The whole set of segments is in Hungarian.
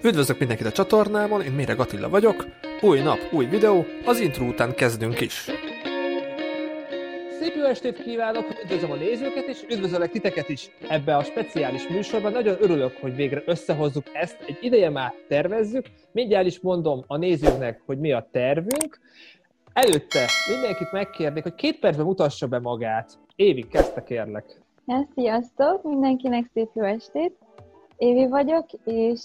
Üdvözlök mindenkit a csatornámon, én Méreg Attila vagyok. Új nap, új videó, az intro után kezdünk is. Szép jó estét kívánok, üdvözlöm a nézőket, és üdvözöllek titeket is ebbe a speciális műsorban. Nagyon örülök, hogy végre összehozzuk ezt, egy ideje már tervezzük. Mindjárt is mondom a nézőknek, hogy mi a tervünk. Előtte mindenkit megkérnék, hogy 2 percben mutassa be magát. Évi, kezdte kérlek. Sziasztok! Mindenkinek szép jó estét! Évi vagyok, és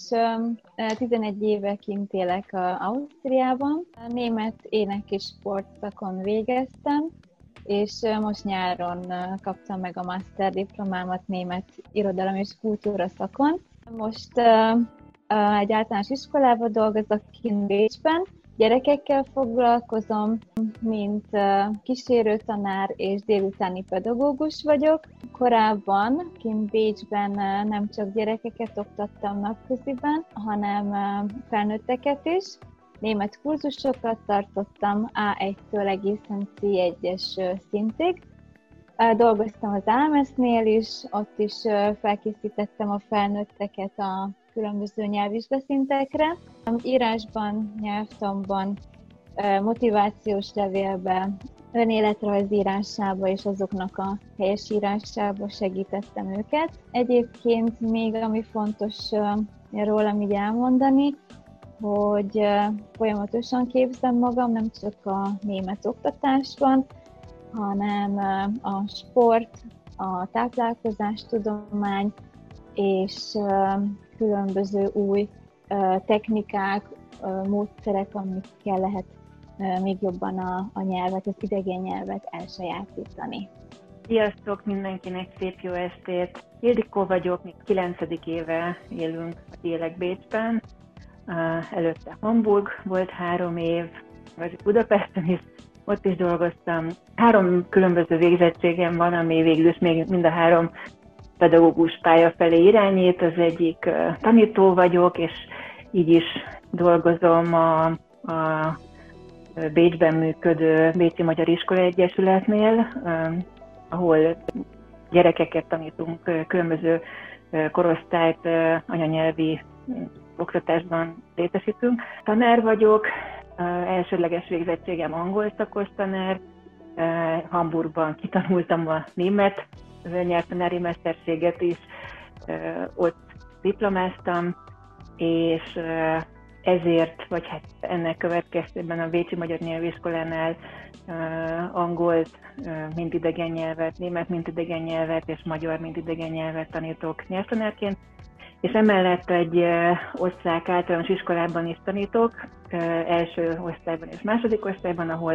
11 éve kint élek Ausztriában. Német ének és sportszakon végeztem, és most nyáron kaptam meg a master diplomámat német irodalom és kultúra szakon. Most egy általános iskolában dolgozok kint Bécsben, gyerekekkel foglalkozom, mint kísérőtanár és délutáni pedagógus vagyok. Korábban kint Bécsben nem csak gyerekeket oktattam napköziben, hanem felnőtteket is. Német kurzusokat tartottam A1-től egészen C1-es szintig. Dolgoztam az AMS-nél is, ott is felkészítettem a felnőtteket a különböző nyelvvizsgaszintekre. Írásban, nyelvtanban, motivációs levélben, önéletrajzírásába és azoknak a helyes írásába segítettem őket. Egyébként még ami fontos rólam így elmondani, hogy folyamatosan képzem magam, nem csak a német oktatásban, hanem a sport, a táplálkozástudomány és különböző új technikák, módszerek, amikkel lehet még jobban a nyelvet, az idegen nyelvet elsajátítani. Sziasztok mindenkinek, szép jó estét! Ildikó vagyok, még 9. éve élek Bécsben. Előtte Hamburg volt 3 év, vagy Budapesten is, ott is dolgoztam. 3 különböző végzettségem van, ami végül is még mind a 3 pedagógus pálya felé irányít. Az egyik tanító vagyok, és így is dolgozom a Bécsben működő Bécsi Magyar Iskola Egyesületnél, ahol gyerekeket tanítunk, különböző korosztályt anyanyelvi oktatásban létesítünk. Tanár vagyok, elsődleges végzettségem angol szakos tanár, Hamburgban kitanultam a német nyelvtanári mesterséget is, ott diplomáztam, és ezért, vagy hát ennek következtében a Bécsi Magyar Nyelviskolánál angolt, mint idegen nyelvet, német, mint idegen nyelvet, és magyar, mint idegen nyelvet tanítok nyelvtanárként. És emellett egy osztrák általános iskolában is tanítok, első osztályban és második osztályban, ahol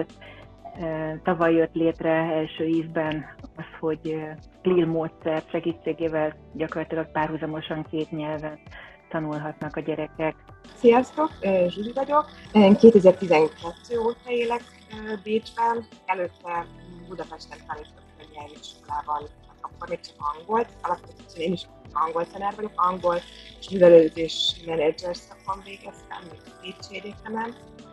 tavaly jött létre első évben az, hogy CLIL módszer segítségével gyakorlatilag párhuzamosan 2 nyelven tanulhatnak a gyerekek. Sziasztok, Zsuli vagyok. Én 2012 óta élek Bécsben, előtte Budapesten tanítottam egy nyelviskolában, akkor még csak angolt, alapvetően én is angol tanár vagyok, angol és művelődés menedzser szakon végeztem, még a Bécsi Egyetemen.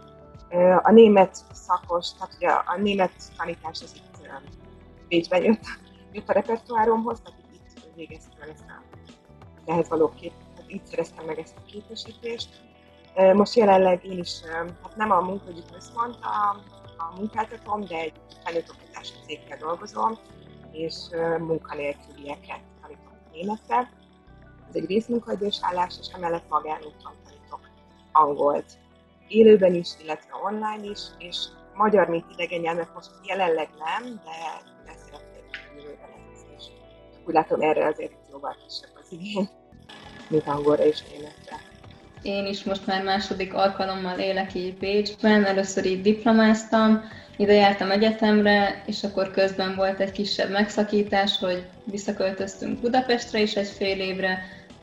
A német szakos, tehát ugye a német tanítás az itt Bécsben jött a repertoáromhoz, tehát itt végeztem ezt ehhez való tehát itt szereztem meg ezt a képesítést. Most jelenleg én is, hát nem a munkaügyi központ a munkáltatom, de egy felnőttoktatási cégkel dolgozom, és munkanélkülieket tanítok németre. Ez egy részmunkaidős állás, és emellett magánúton tanítok angolt. Élőben is, illetve online is, és magyar, mint idegen nyelvet most jelenleg nem, de szeretnék jövőben ezt is. Úgy látom, erre azért jóval kisebb az igény, mint angolra és németre. Én is most már második alkalommal élek így Bécsben, először így diplomáztam, ide jártam egyetemre, és akkor közben volt egy kisebb megszakítás, hogy visszaköltöztünk Budapestre is egy fél évre,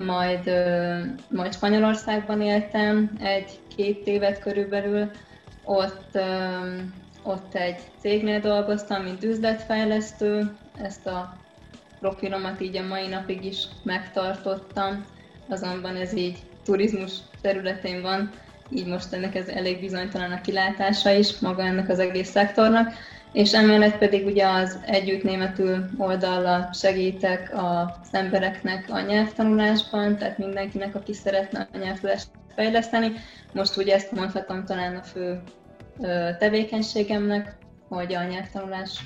majd Spanyolországban éltem 1-2 évet körülbelül, ott egy cégnél dolgoztam, mint üzletfejlesztő, ezt a profilomat így a mai napig is megtartottam, azonban ez így turizmus területén van, így most ennek ez elég bizonytalan a kilátása is, maga ennek az egész szektornak, és emellett pedig ugye az együtt németül oldallal segítek az embereknek a nyelvtanulásban, tehát mindenkinek, aki szeretne a nyelvtudást fejleszteni. Most ugye ezt mondhatom talán a fő tevékenységemnek, hogy a nyelvtanulás,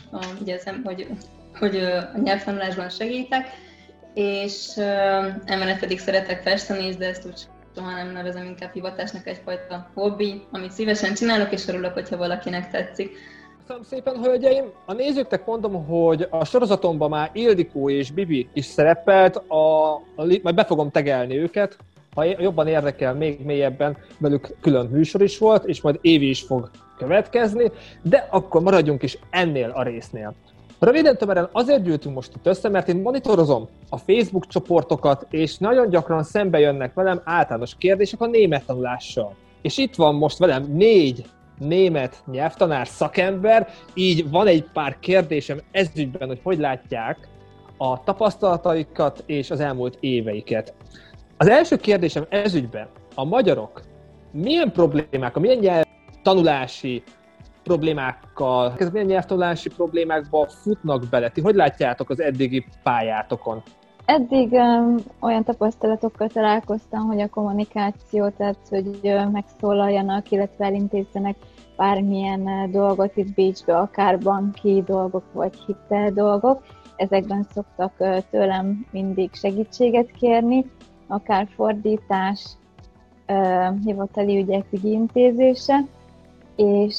hogy a nyelvtanulásban segítek, és emellett pedig szeretek festeni is, de ezt úgy soha nem nevezem, inkább hivatásnak, egyfajta hobbi, amit szívesen csinálok, és örülök, hogyha valakinek tetszik. Köszönöm szépen, hölgyeim! A nézőknek mondom, hogy a sorozatomban már Ildikó és Bibi is szerepelt, majd be fogom tegelni őket, ha jobban érdekel, még mélyebben, velük külön műsor is volt, és majd Évi is fog következni, de akkor maradjunk is ennél a résznél. Röviden tömören azért gyűltünk most itt össze, mert én monitorozom a Facebook csoportokat, és nagyon gyakran szembe jönnek velem általános kérdések a német tanulással. És itt van most velem 4 német nyelvtanár szakember, így van egy pár kérdésem ezügyben, hogy látják a tapasztalataikat és az elmúlt éveiket. Az első kérdésem ezügyben, a magyarok milyen problémákkal, milyen nyelvtanulási problémákkal, milyen nyelvtanulási problémákba futnak bele? Ti hogy látjátok az eddigi pályátokon? Eddig olyan tapasztalatokkal találkoztam, hogy a kommunikáció, tehát hogy megszólaljanak, illetve elintézzenek bármilyen dolgot itt Bécsbe, akár banki dolgok vagy hitel dolgok. Ezekben szoktak tőlem mindig segítséget kérni, akár fordítás, hivatali ügyek ügyintézése, és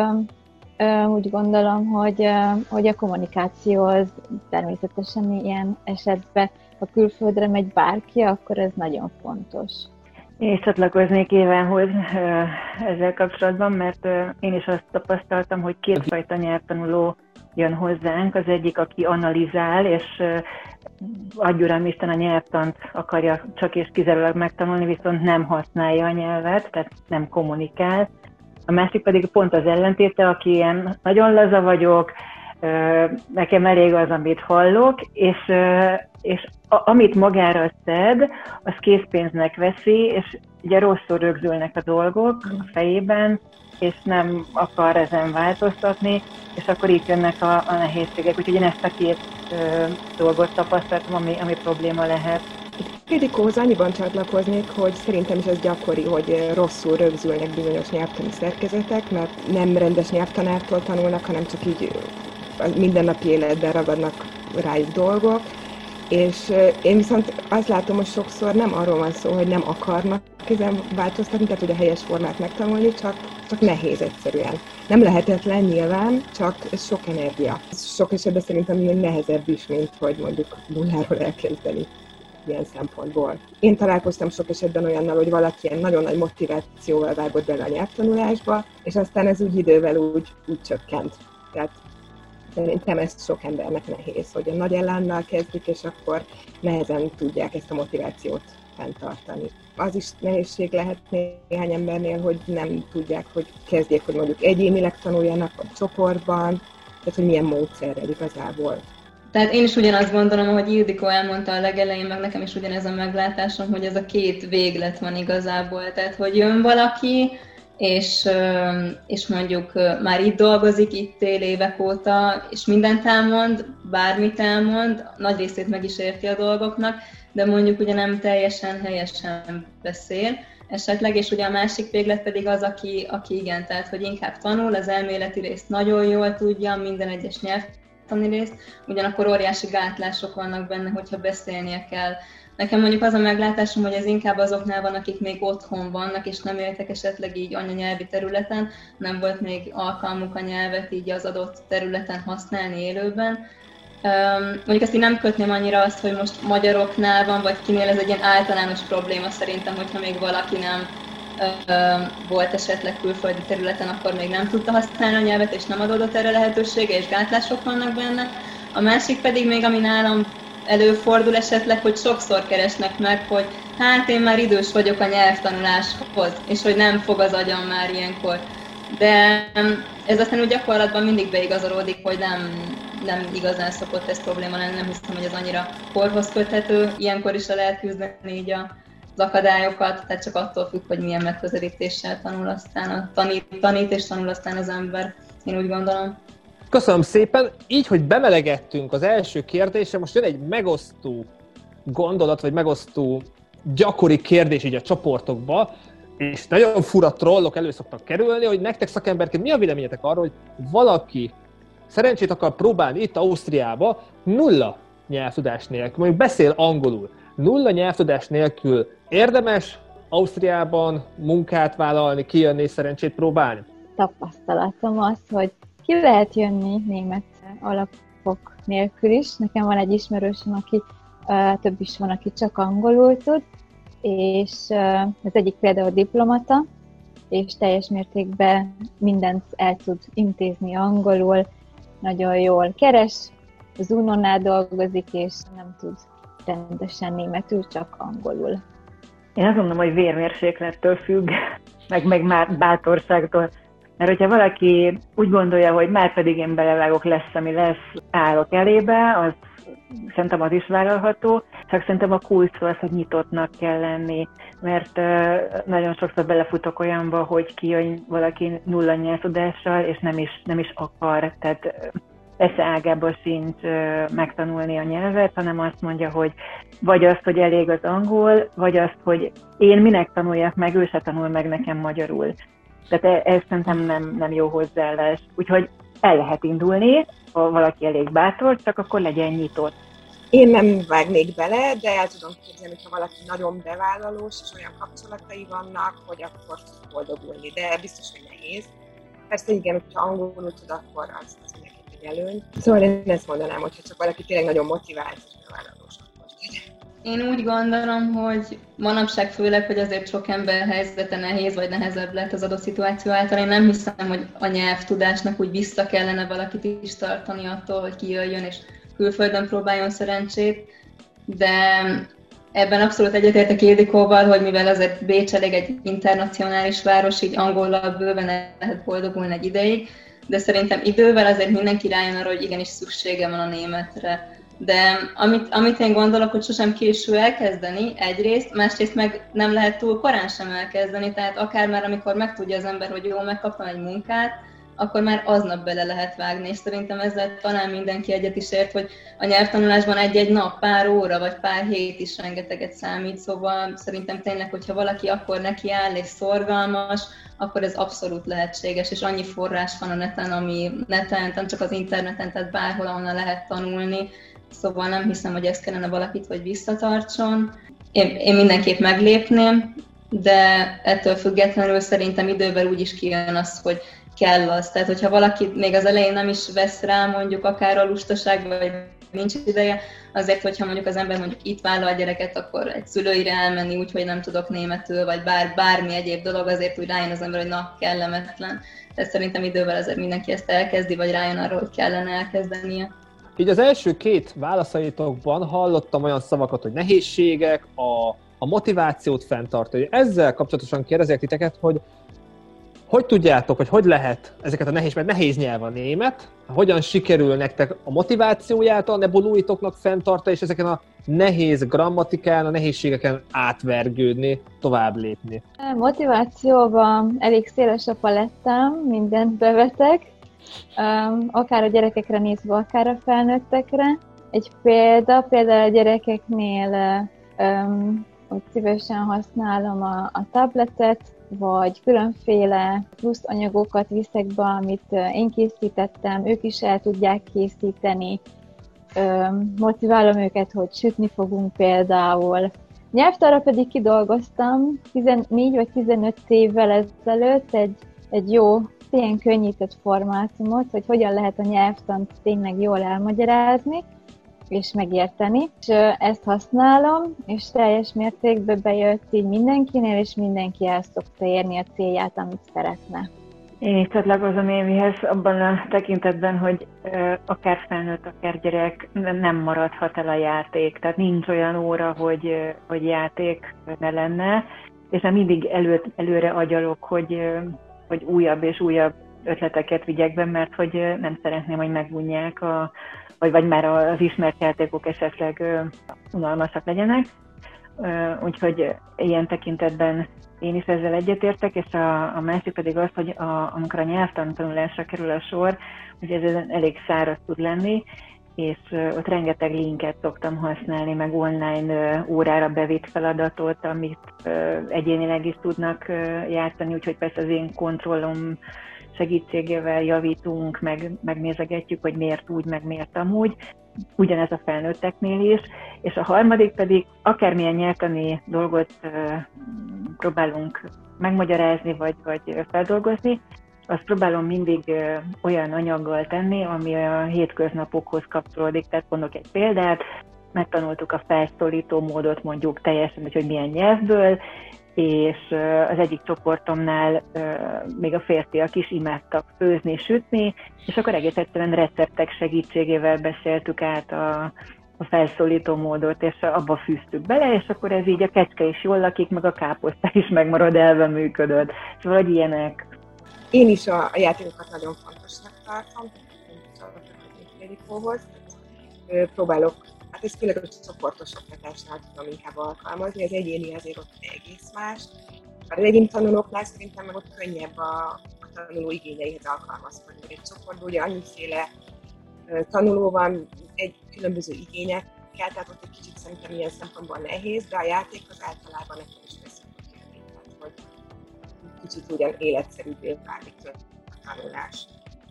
úgy gondolom, hogy a kommunikáció az természetesen ilyen esetben, ha külföldre megy bárki, akkor ez nagyon fontos. Én is csatlakoznék Évához ezzel kapcsolatban, mert én is azt tapasztaltam, hogy kétfajta nyelvtanuló jön hozzánk. Az egyik, aki analizál, és adj uram Isten, a nyelvtant akarja csak és kizárólag megtanulni, viszont nem használja a nyelvet, tehát nem kommunikál. A másik pedig pont az ellentéte, aki ilyen nagyon laza vagyok, nekem elég az, amit hallok, és amit magára szed, az készpénznek veszi, és ugye rosszul rögzülnek a dolgok a fejében, és nem akar ezen változtatni, és akkor itt jönnek a nehézségek. Úgyhogy én ezt a két dolgot tapasztaltam, ami probléma lehet. Ildikóhoz annyiban csatlakoznék, hogy szerintem is ez gyakori, hogy rosszul rögzülnek bizonyos nyelvtani szerkezetek, mert nem rendes nyelvtanártól tanulnak, hanem csak így mindennapi életben ragadnak rájuk dolgok. És én viszont azt látom, hogy sokszor nem arról van szó, hogy nem akarnak ezen változtatni, tehát hogy a helyes formát megtanulni, csak nehéz egyszerűen. Nem lehetetlen nyilván, csak ez sok energia. Sok esetben szerintem még nehezebb is, mint hogy mondjuk nulláról elkezdeni ilyen szempontból. Én találkoztam sok esetben olyannal, hogy valaki ilyen nagyon nagy motivációval vágott bele a nyelvtanulásba, és aztán ez úgy idővel úgy csökkent. Tehát szerintem ez sok embernek nehéz, hogy a nagy ellánnal kezdik, és akkor nehezen tudják ezt a motivációt fenntartani. Az is nehézség lehet néhány embernél, hogy nem tudják, hogy kezdjék, hogy mondjuk egyénileg tanuljanak, vagy csoportban, tehát hogy milyen módszerrel igazából. Tehát én is ugyanazt gondolom, ahogy Ildikó elmondta a legelején, meg nekem is ugyanez a meglátásom, hogy ez a két véglet van igazából. Tehát, hogy jön valaki, és mondjuk már itt dolgozik, itt él évek óta, és mindent elmond, bármit elmond, nagy részét meg is érti a dolgoknak, de mondjuk ugye nem teljesen helyesen beszél esetleg, és ugye a másik véglet pedig az, aki igen, tehát hogy inkább tanul, az elméleti részt nagyon jól tudja, minden egyes nyelvtani részt, ugyanakkor óriási gátlások vannak benne, hogyha beszélnie kell. Nekem mondjuk az a meglátásom, hogy ez inkább azoknál van, akik még otthon vannak, és nem éltek esetleg így anyanyelvi területen, nem volt még alkalmuk a nyelvet így az adott területen használni élőben. Mondjuk ezt így nem kötném annyira azt, hogy most magyaroknál van, vagy kinél ez egy ilyen általános probléma szerintem, hogyha még valaki nem volt esetleg külföldi területen, akkor még nem tudta használni a nyelvet, és nem adódott erre lehetősége, és gátlások vannak benne. A másik pedig még, ami nálam előfordul esetleg, hogy sokszor keresnek meg, hogy hát én már idős vagyok a nyelvtanuláshoz, és hogy nem fog az agyam már ilyenkor. De ez aztán úgy gyakorlatban mindig beigazolódik, hogy nem igazán szokott ez probléma lenni, nem hiszem, hogy ez annyira korhoz köthető. Ilyenkor is lehet küzdeni így az akadályokat, tehát csak attól függ, hogy milyen megközelítéssel tanul aztán tanít és tanul aztán az ember, én úgy gondolom. Köszönöm szépen! Így, hogy bemelegettünk az első kérdésre, most jön egy megosztó gondolat, vagy megosztó gyakori kérdés így a csoportokba. és nagyon fura trollok elő szoktak kerülni, hogy nektek szakemberként mi a véleményetek arról, hogy valaki szerencsét akar próbálni itt Ausztriába nulla nyelvtudás nélkül, mondjuk beszél angolul, nulla nyelvtudás nélkül érdemes Ausztriában munkát vállalni, kijönni és szerencsét próbálni? Tapasztalatom az, hogy ki lehet jönni német alapok nélkül is. Nekem van egy ismerősöm, aki több is van, aki csak angolul tud, és az egyik például diplomata, és teljes mértékben mindent el tud intézni angolul, nagyon jól keres, az UNO-nál dolgozik, és nem tud rendesen németül, csak angolul. Én azt mondom, hogy vérmérséklettől függ, meg már bátorságtól. Mert hogyha valaki úgy gondolja, hogy már pedig én belevágok, lesz, ami lesz, állok elébe, az szerintem az is vállalható, csak szerintem a kulcs az, hogy nyitottnak kell lenni, mert nagyon sokszor belefutok olyanba, hogy kijön valaki nulla nyelvtudással, és nem is akar, tehát esze ágába sincs megtanulni a nyelvet, hanem azt mondja, hogy vagy azt, hogy elég az angol, vagy azt, hogy én minek tanuljak meg, ő se tanul meg nekem magyarul. Tehát ez szerintem nem jó hozzáállás. Úgyhogy el lehet indulni, ha valaki elég bátor, csak akkor legyen nyitott. Én nem vágnék bele, de el tudom képzelni, hogyha valaki nagyon bevállalós, és olyan kapcsolatai vannak, hogy akkor tud boldogulni, de biztos, hogy nehéz. Persze igen, hogyha angolul tud, akkor az mindenképp egy előny. Szóval én ezt mondanám, hogyha csak valaki tényleg nagyon motivált és bevállalós, akkor tegye. Én úgy gondolom, hogy manapság főleg, hogy azért sok ember helyzete nehéz, vagy nehezebb lett az adott szituáció által. Én nem hiszem, hogy a nyelvtudásnak úgy vissza kellene valakit is tartani attól, hogy kijöjjön és külföldön próbáljon szerencsét, de ebben abszolút egyetértek Ildikóval, hogy mivel azért Bécs elég egy internacionális város, így angollal bőven lehet boldogulni egy ideig, de szerintem idővel azért mindenki rájön arra, hogy igenis szüksége van a németre. De amit én gondolok, hogy sosem késő elkezdeni egyrészt, másrészt meg nem lehet túl korán sem elkezdeni, tehát akár már amikor megtudja az ember, hogy jó, megkaptam egy munkát, akkor már aznap bele lehet vágni, és szerintem ezzel talán mindenki egyet is ért, hogy a nyelvtanulásban egy-egy nap, pár óra vagy pár hét is rengeteget számít, szóval szerintem tényleg, hogyha valaki akkor nekiáll és szorgalmas, akkor ez abszolút lehetséges, és annyi forrás van a neten, ami neten, nem csak az interneten, tehát bárhol, ahonnan lehet tanulni, szóval nem hiszem, hogy ez kellene valakit, hogy visszatartson. Én mindenképp meglépném, de ettől függetlenül szerintem idővel úgy is kijön az, hogy kell az. Tehát, hogyha valaki még az elején nem is vesz rá mondjuk akár a lustaság, vagy nincs ideje, azért, hogyha mondjuk az ember mondjuk itt vállal a gyereket, akkor egy szülőire elmenni úgy, hogy nem tudok németül, vagy bármi egyéb dolog, azért úgy rájön az ember, hogy na, kellemetlen. Tehát szerintem idővel azért mindenki ezt elkezdi, vagy rájön arra, hogy kellene elkezdenie. Így az első két válaszaitokban hallottam olyan szavakat, hogy nehézségek, a motivációt fenntartani. Ezzel kapcsolatosan kérdezek titeket, hogy tudjátok, hogy lehet ezeket a nehéz nyelv a német, hogyan sikerül nektek a motivációját a nebulóitoknak fenntartani, és ezeken a nehéz grammatikán, a nehézségeken átvergődni, tovább lépni? A motivációban elég széles a palettám, mindent bevetek, akár a gyerekekre nézve, akár a felnőttekre. Egy például a gyerekeknél, hogy szívesen használom a tabletet, vagy különféle plusz anyagokat viszek be, amit én készítettem, ők is el tudják készíteni. Motiválom őket, hogy sütni fogunk például. Nyelvtanra pedig kidolgoztam 14 vagy 15 évvel ezelőtt egy jó, ilyen könnyített formátumot, hogy hogyan lehet a nyelvtant tényleg jól elmagyarázni és megérteni. És ezt használom, és teljes mértékben bejött így mindenkinél, és mindenki el szokta érni a célját, amit szeretne. Én is csatlakozom Évihez abban a tekintetben, hogy akár felnőtt, akár gyerek nem maradhat el a játék. Tehát nincs olyan óra, hogy játék ne lenne, és nem mindig előre agyalok, hogy újabb és újabb ötleteket vigyek be, mert hogy nem szeretném, hogy megunják, vagy már az ismert játékok esetleg unalmasak legyenek. Úgyhogy ilyen tekintetben én is ezzel egyetértek, és a másik pedig az, hogy amikor a nyelvtanulásra kerül a sor, hogy ez elég száraz tud lenni, és ott rengeteg linket szoktam használni, meg online órára bevitt feladatot, amit egyénileg is tudnak játszani, úgyhogy persze az én kontrollom segítségével javítunk, megnézegetjük, hogy miért úgy, meg miért amúgy. Ugyanez a felnőtteknél is. És a harmadik pedig akármilyen nyelvtani dolgot próbálunk megmagyarázni, vagy feldolgozni, azt próbálom mindig olyan anyaggal tenni, ami a hétköznapokhoz kapcsolódik. Tehát mondok egy példát, megtanultuk a felszólító módot mondjuk teljesen, hogy milyen nyelvből, és az egyik csoportomnál még a férfiak is imádtak főzni, sütni, és akkor egész egyszerűen receptek segítségével beszéltük át a felszólító módot, és abba fűztük bele, és akkor ez így a kecske is jól lakik, meg a káposzta is megmarad, elve működött. Szóval, hogy ilyenek. Én is a játékokat nagyon fontosnak tartom, próbálok, hát ez főleg a csoportos oktatásnál tudom inkább alkalmazni, az egyéni azért ott egész más. Az egyéni tanulóknál szerintem meg ott könnyebb a tanuló igényeihez alkalmazkodni. Egy csoportban ugye annyiféle tanuló van, egy különböző igényekkel, tehát ott egy kicsit szerintem ilyen szempontból nehéz, de a játék az általában nekem is beszélni élmény, tehát hogy kicsit ugyan életszerűbbé válik a tanulás.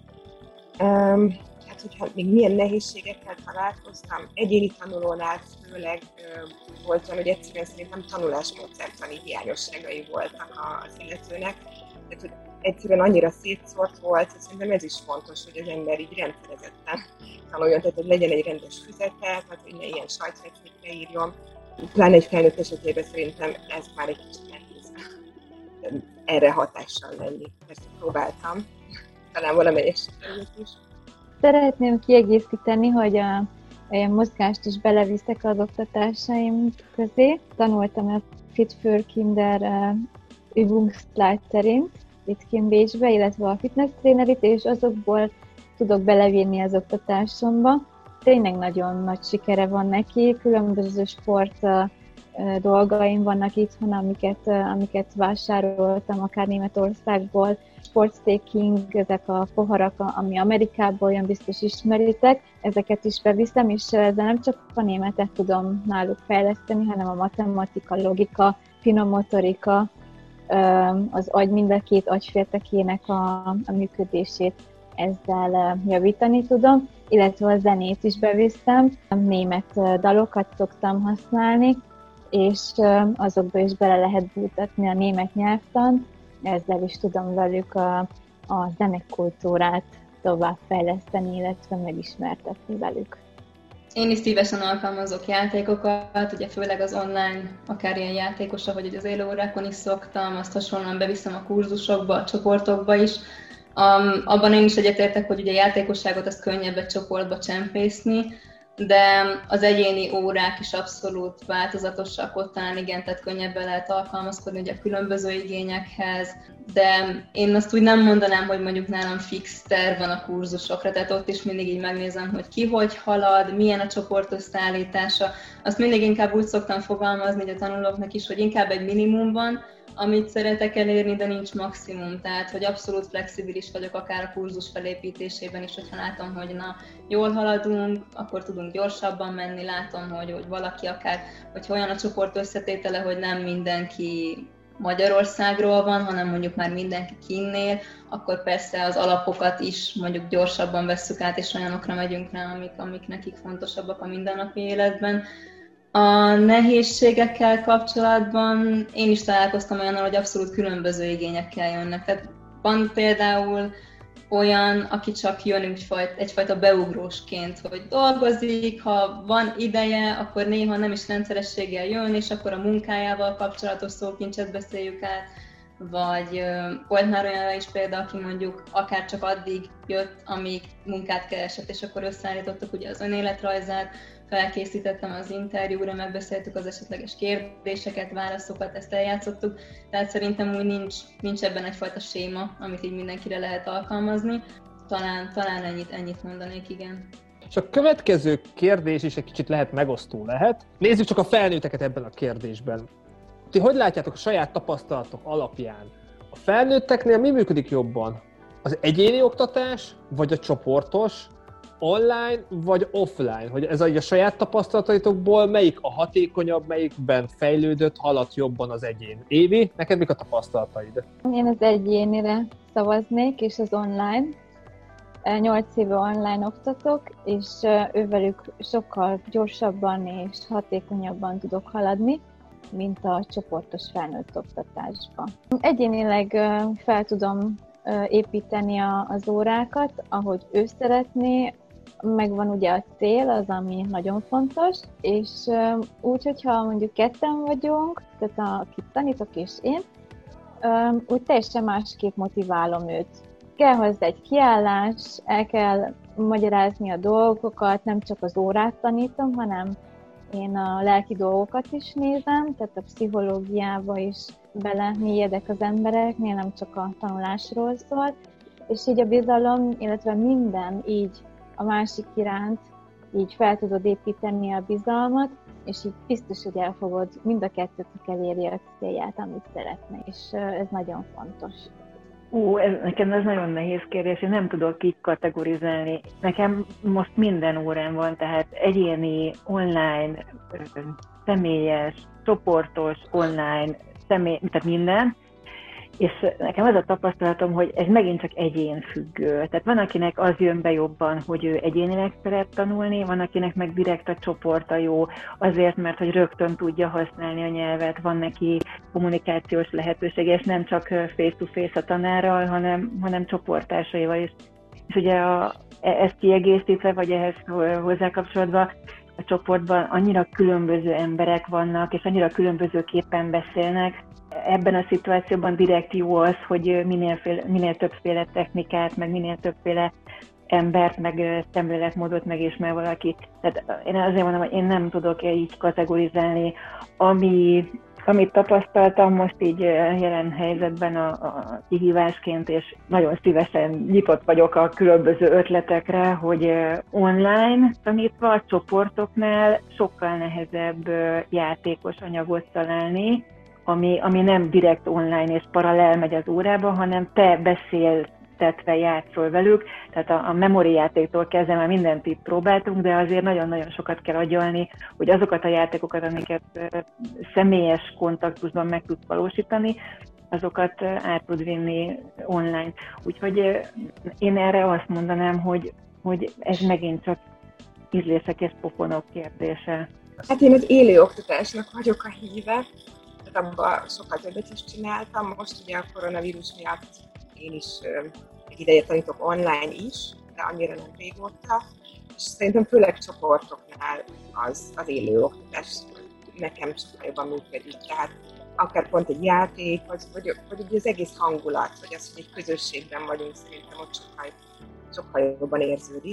Hát, hogyha még milyen nehézségekkel találkoztam, egyéni tanulónál főleg volt olyan, hogy egyszerűen szerintem tanulásmódszertani hiányosságai voltak az illetőnek, tehát hogy egyszerűen annyira szétszórt volt, hogy szerintem ez is fontos, hogy az ember így rendszerezetten tanuljon, tehát hogy legyen egy rendes füzete, tehát hogy ne ilyen sajtfekvékre írjon. Pláne egy felnőtt esetében szerintem ez már egy kicsit nehéz erre hatással lenni. Ezt próbáltam, talán valamelyik sikerült is. Szeretném kiegészíteni, hogy a mozgást is beleviszek az oktatásaim közé. Tanultam a Fit für Kinder Übungsleiterin itt kint Bécsbe, illetve a fitness trénerit, és azokból tudok belevinni az oktatásomba. Tényleg nagyon nagy sikere van neki, különböző sport dolgaim vannak itthon, amiket vásároltam, akár Németországból, sportstaking, ezek a poharak, ami Amerikából jön, biztos ismeritek, ezeket is beviszem, és ezzel nem csak a németet tudom náluk fejleszteni, hanem a matematika, logika, finom motorika, az agy mind a két agyféltekének a működését ezzel javítani tudom, illetve a zenét is beviszem, német dalokat szoktam használni, és azokba is bele lehet bújtatni a német nyelvtant, ezzel is tudom velük a zenekultúrát továbbfejleszteni, illetve megismertetni velük. Én is szívesen alkalmazok játékokat, ugye főleg az online, akár ilyen játékosra, vagy az élőórákon is szoktam, azt hasonlóan beviszem a kurzusokba, a csoportokba is. Abban én is egyetértek, hogy ugye játékosságot az könnyebb egy csoportba csempészni, de az egyéni órák is abszolút változatosak, ott talán igen, tehát könnyebben lehet alkalmazkodni ugye a különböző igényekhez, de én azt úgy nem mondanám, hogy mondjuk nálam fix terv van a kurzusokra, tehát ott is mindig így megnézem, hogy ki hogy halad, milyen a csoport összeállítása. Azt mindig inkább úgy szoktam fogalmazni, hogy a tanulóknak is, hogy inkább egy minimum van, amit szeretek elérni, de nincs maximum, tehát hogy abszolút flexibilis vagyok akár a kurzus felépítésében is, hogyha látom, hogy na, jól haladunk, akkor tudunk gyorsabban menni, látom, hogy valaki akár, hogyha olyan a csoport összetétele, hogy nem mindenki Magyarországról van, hanem mondjuk már mindenki kinnél, akkor persze az alapokat is mondjuk gyorsabban vesszük át, és olyanokra megyünk rá, amik nekik fontosabbak a mindennapi életben. A nehézségekkel kapcsolatban én is találkoztam olyannal, hogy abszolút különböző igényekkel jönnek. Tehát van például olyan, aki csak jön egyfajta beugrósként, hogy dolgozik, ha van ideje, akkor néha nem is rendszerességgel jön, és akkor a munkájával kapcsolatos szókincset beszéljük át, vagy volt már olyan is példa, aki mondjuk akár csak addig jött, amíg munkát keresett, és akkor összeállítottuk ugye az önéletrajzát, felkészítettem az interjúra, megbeszéltük az esetleges kérdéseket, válaszokat, ezt eljátszottuk, tehát szerintem úgy nincs ebben egyfajta séma, amit így mindenkire lehet alkalmazni. Talán ennyit mondanék, igen. És a következő kérdés is egy kicsit megosztó lehet. Nézzük csak a felnőtteket ebben a kérdésben. Ti hogy látjátok a saját tapasztalatok alapján? A felnőtteknél mi működik jobban? Az egyéni oktatás, vagy a csoportos, online vagy offline? Hogy ez a saját tapasztalataitokból melyik a hatékonyabb, melyikben fejlődött, haladt jobban az egyén? Évi, neked mik a tapasztalataid? Én az egyénire szavaznék, és az online. 8 éve online oktatok, és ővelük sokkal gyorsabban és hatékonyabban tudok haladni, mint a csoportos felnőtt oktatásban. Egyénileg fel tudom építeni az órákat, ahogy ő szeretné, megvan ugye a cél, az, ami nagyon fontos, és úgy, hogyha mondjuk ketten vagyunk, tehát akit tanítok és én, úgy teljesen másképp motiválom őt. Kell hozzá egy kiállás, el kell magyarázni a dolgokat, nem csak az órát tanítom, hanem én a lelki dolgokat is nézem, tehát a pszichológiába is belemélyedek az embereknél, nem csak a tanulásról szól, és így a bizalom, illetve minden így a másik iránt, így fel tudod építeni a bizalmat, és így biztos, hogy mind a kettőtök eléri a célját, amit szeretne, és ez nagyon fontos. Nekem ez nagyon nehéz kérdés, én nem tudok így kategorizálni. Nekem most minden órán van, tehát egyéni, online, személyes, csoportos, online, tehát minden. És nekem az a tapasztalatom, hogy ez megint csak egyénfüggő. Tehát van, akinek az jön be jobban, hogy ő egyénileg szeret tanulni, van, akinek meg direkt a csoporta jó, azért, mert hogy rögtön tudja használni a nyelvet, van neki kommunikációs lehetősége, és nem csak face-to-face a tanárral, hanem csoporttársaival is. És ugye ezt kiegészítve, vagy ehhez hozzákapcsolódva, a csoportban annyira különböző emberek vannak, és annyira különbözőképpen beszélnek. Ebben a szituációban direkt jó az, hogy minél többféle technikát, meg minél többféle embert, meg szemléletmódot megismer valaki. Tehát én azért mondom, hogy én nem tudok így kategorizálni. Amit tapasztaltam most így jelen helyzetben a kihívásként, és nagyon szívesen nyitott vagyok a különböző ötletekre, hogy online tanítva a csoportoknál sokkal nehezebb játékos anyagot találni, ami nem direkt online és paralel megy az órába, hanem te beszéltetve játszol velük. Tehát a memory játéktól kezdve már mindent itt próbáltunk, de azért nagyon-nagyon sokat kell agyalni, hogy azokat a játékokat, amiket személyes kontaktusban meg tudsz valósítani, azokat át tud vinni online. Úgyhogy én erre azt mondanám, hogy ez megint csak ízlések és pofonok kérdése. Hát én az élő oktatásnak vagyok a híve, tehát abban sokkal többet is csináltam. Most ugye a koronavírus miatt én is egy ideje tanítok online is, de annyira nem régóta, és szerintem főleg csoportoknál az élő oktatás nekem sokkal jobban működik. Tehát akár pont egy játék, vagy az egész hangulat, vagy az, hogy egy közösségben vagyunk, szerintem ott sokkal jobban érződik.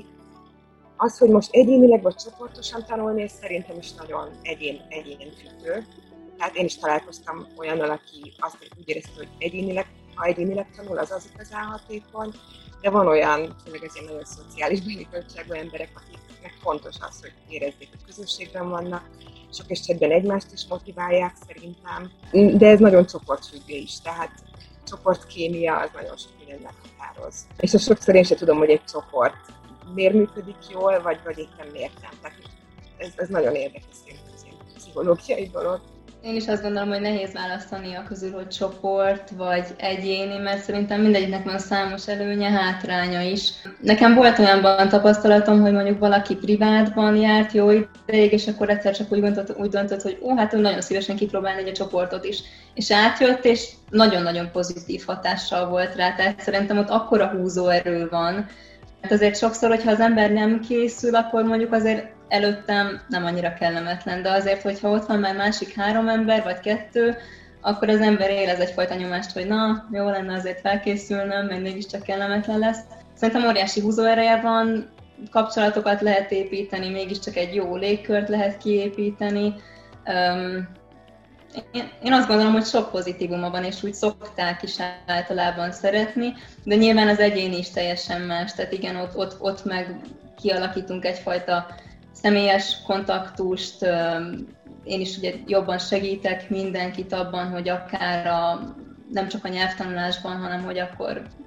Az, hogy most egyénileg vagy csoportosan tanulni, ez szerintem is nagyon egyénfüggő. Tehát én is találkoztam olyannal, aki azt úgy érezte, hogy ha egyénileg tanul, az igazán hatékony, de van olyan, főleg ez ilyen nagyon szociális beállítottságú emberek, akiknek fontos az, hogy érezzék, hogy közösségben vannak, sok esetben egymást is motiválják szerintem, de ez nagyon csoportfüggő is, tehát csoportkémia az nagyon sok mindent meghatároz. És sokszor én sem tudom, hogy egy csoport miért működik jól, vagy éppen miért nem. Tehát ez nagyon érdekes, ez ilyen pszichológiai dolog. Én is azt gondolom, hogy nehéz választani a közül, hogy csoport vagy egyéni, mert szerintem mindegyiknek van számos előnye, hátránya is. Nekem volt olyanban tapasztalatom, hogy mondjuk valaki privátban járt jó ideig, és akkor egyszer csak úgy döntött, hogy hát ő nagyon szívesen kipróbálni egy csoportot is. És átjött, és nagyon-nagyon pozitív hatással volt rá, tehát szerintem ott akkora húzóerő van. Hát azért sokszor, hogyha az ember nem készül, akkor mondjuk azért előttem nem annyira kellemetlen, de azért, hogyha ott van már másik 3 ember, vagy 2, akkor az ember érez egyfajta nyomást, hogy na, jó lenne azért felkészülnöm, meg mégiscsak kellemetlen lesz. Szerintem óriási húzóereje van, kapcsolatokat lehet építeni, mégiscsak egy jó légkört lehet kiépíteni. Én azt gondolom, hogy sok pozitívuma van, és úgy szokták is általában szeretni, de nyilván az egyéni is teljesen más, tehát igen, ott meg kialakítunk egyfajta személyes kontaktust, én is ugye jobban segítek mindenkit abban, hogy akár nem csak a nyelvtanulásban, hanem hogy akkor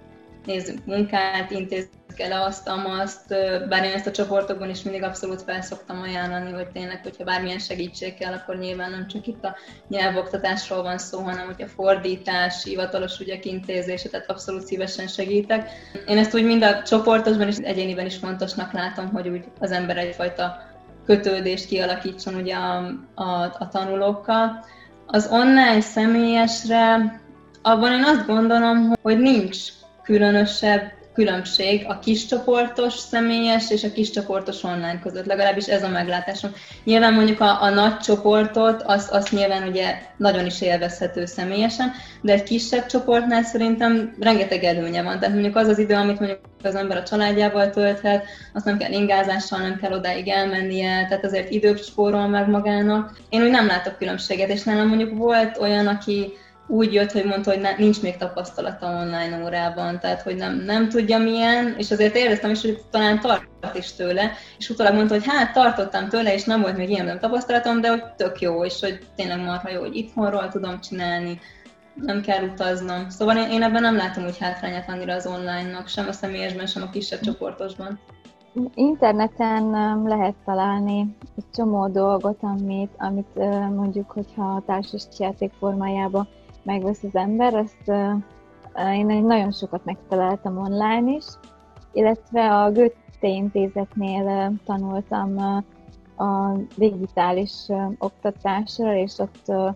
nézzünk munkát, intézzük el azt, bár én ezt a csoportokban is mindig abszolút felszoktam ajánlani, hogy tényleg, hogyha bármilyen segítség kell, akkor nyilván nem csak itt a nyelvoktatásról van szó, hanem hogyha fordítás, hivatalos ügyek intézése, tehát abszolút szívesen segítek. Én ezt úgy mind a csoportosban és egyéniben is fontosnak látom, hogy úgy az ember egyfajta kötődést kialakítson ugye a tanulókkal. Az online személyesre, abban én azt gondolom, hogy nincs különösebb különbség a kiscsoportos személyes és a kiscsoportos online között, legalábbis ez a meglátásom. Nyilván mondjuk a nagy csoportot, azt nyilván ugye nagyon is élvezhető személyesen, de egy kisebb csoportnál szerintem rengeteg előnye van. Tehát mondjuk az az idő, amit mondjuk az ember a családjával tölthet, azt nem kell ingázással, nem kell odáig elmennie, tehát azért időt spórol meg magának. Én úgy nem látok különbséget, és nálam mondjuk volt olyan, aki úgy jött, hogy mondta, hogy nincs még tapasztalata online órában, tehát hogy nem tudja milyen, és azért éreztem is, hogy talán tart is tőle, és utólag mondta, hogy hát tartottam tőle, és nem volt még ilyen nem tapasztalatom, de hogy tök jó, és hogy tényleg marha jó, hogy itthonról tudom csinálni, nem kell utaznom. Szóval én ebben nem látom úgy hátrányát annyira az online-nak, sem a személyesben, sem a kisebb csoportosban. Interneten lehet találni egy csomó dolgot, amit mondjuk, hogyha a társasjáték formájában megvesz az ember, azt én nagyon sokat megtaláltam online is, illetve a Goethe Intézetnél tanultam a digitális oktatásra, és ott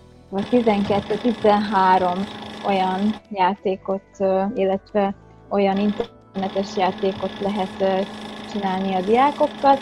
12-13 olyan játékot, illetve olyan internetes játékot lehet csinálni a diákokkal,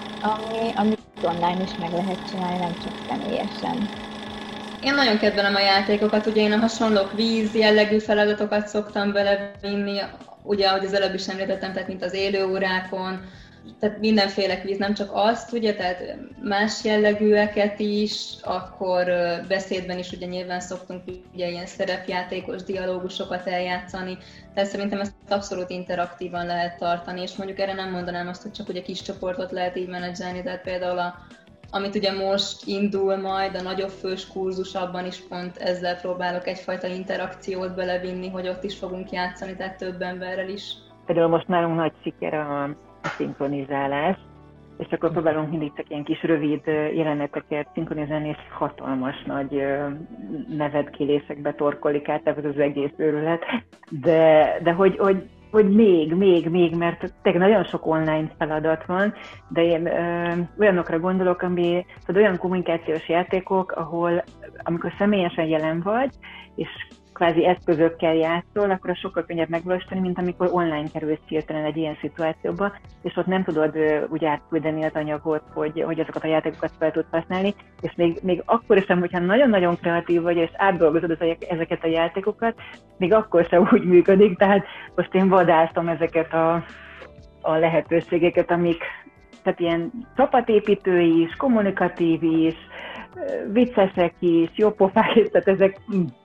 amit online is meg lehet csinálni, nem csak személyesen. Én nagyon kedvelem a játékokat, ugye én a hasonló kvíz jellegű feladatokat szoktam belevinni, ugye ahogy az előbb is említettem, tehát mint az élőórákon, tehát mindenféle kvíz, nem csak azt, ugye, tehát más jellegűeket is, akkor beszédben is ugye nyilván szoktunk ugye ilyen szerepjátékos dialógusokat eljátszani, tehát szerintem ezt abszolút interaktívan lehet tartani, és mondjuk erre nem mondanám azt, hogy csak ugye kis csoportot lehet így menedzselni, tehát például amit ugye most indul majd, a nagyobb fős kurzus, abban is pont ezzel próbálok egyfajta interakciót belevinni, hogy ott is fogunk játszani, tehát több emberrel is. Például most nálunk nagy siker a szinkronizálás, és akkor próbálunk mindig csak ilyen kis rövid jeleneteket szinkronizálni, és hatalmas nagy nevetkélésekbe torkolik át az egész őrület. De hogy még, mert tényleg nagyon sok online feladat van, de én olyanokra gondolok, ami olyan kommunikációs játékok, ahol amikor személyesen jelen vagy, és kvázi eszközökkel játszol, akkor az sokkal könnyebb megvalósítani, mint amikor online kerülsz hirtelen egy ilyen szituációba, és ott nem tudod úgy átküldeni az anyagot, hogy azokat a játékokat fel tudsz használni, és még akkor sem, hogyha nagyon-nagyon kreatív vagy, és átdolgozod ezeket a játékokat, még akkor sem úgy működik, tehát most én vadásztam ezeket a lehetőségeket, amik tehát ilyen csapatépítő is, kommunikatív is, viccesek is, jópofák is, tehát ezek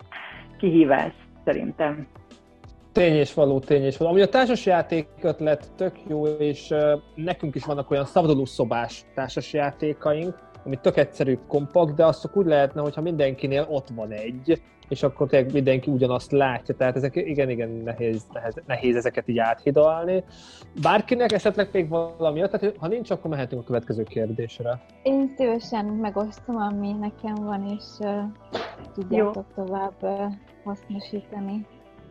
kihívás szerintem. Tény és való. Amúgy a társasjáték ötlet tök jó, és nekünk is vannak olyan szabadulószobás társasjátékaink, ami tök egyszerű, kompakt, de azt úgy lehetne, hogyha mindenkinél ott van egy, és akkor tényleg mindenki ugyanazt látja, tehát ezek igen nehéz ezeket így áthidalni. Bárkinek esetleg még valami jött, tehát ha nincs, akkor mehetünk a következő kérdésre. Én szívesen megosztom, ami nekem van, és tudjátok tovább hasznosítani.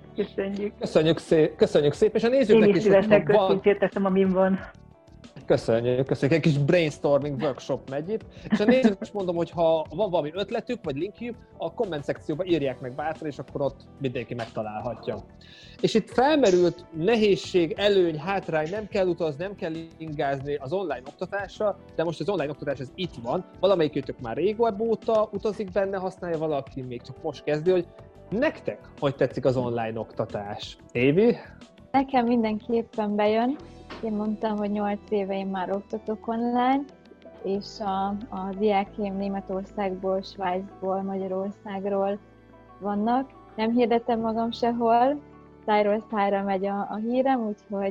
Köszönjük szépen, és a nézőknek is szívesen köszönjük, teszem, amin van. Köszönjük. Egy kis brainstorming workshop megy itt. És a nézőknek is mondom, hogy ha van valami ötletük, vagy linkjük, a komment szekcióba írják meg bátran, és akkor ott mindenki megtalálhatja. És itt felmerült nehézség, előny, hátrány, nem kell utazni, nem kell ingázni az online oktatásra, de most az online oktatás ez itt van. Valamelyikőtök már régóbb óta utazik benne, használja, valaki még csak most kezdi, hogy nektek hogy tetszik az online oktatás? Évi? Nekem mindenképpen bejön. Én mondtam, hogy 8 éve én már oktatok online, és a diákjaim Németországból, Svájcból, Magyarországról vannak. Nem hirdetem magam sehol, szájról szájra megy a hírem, úgyhogy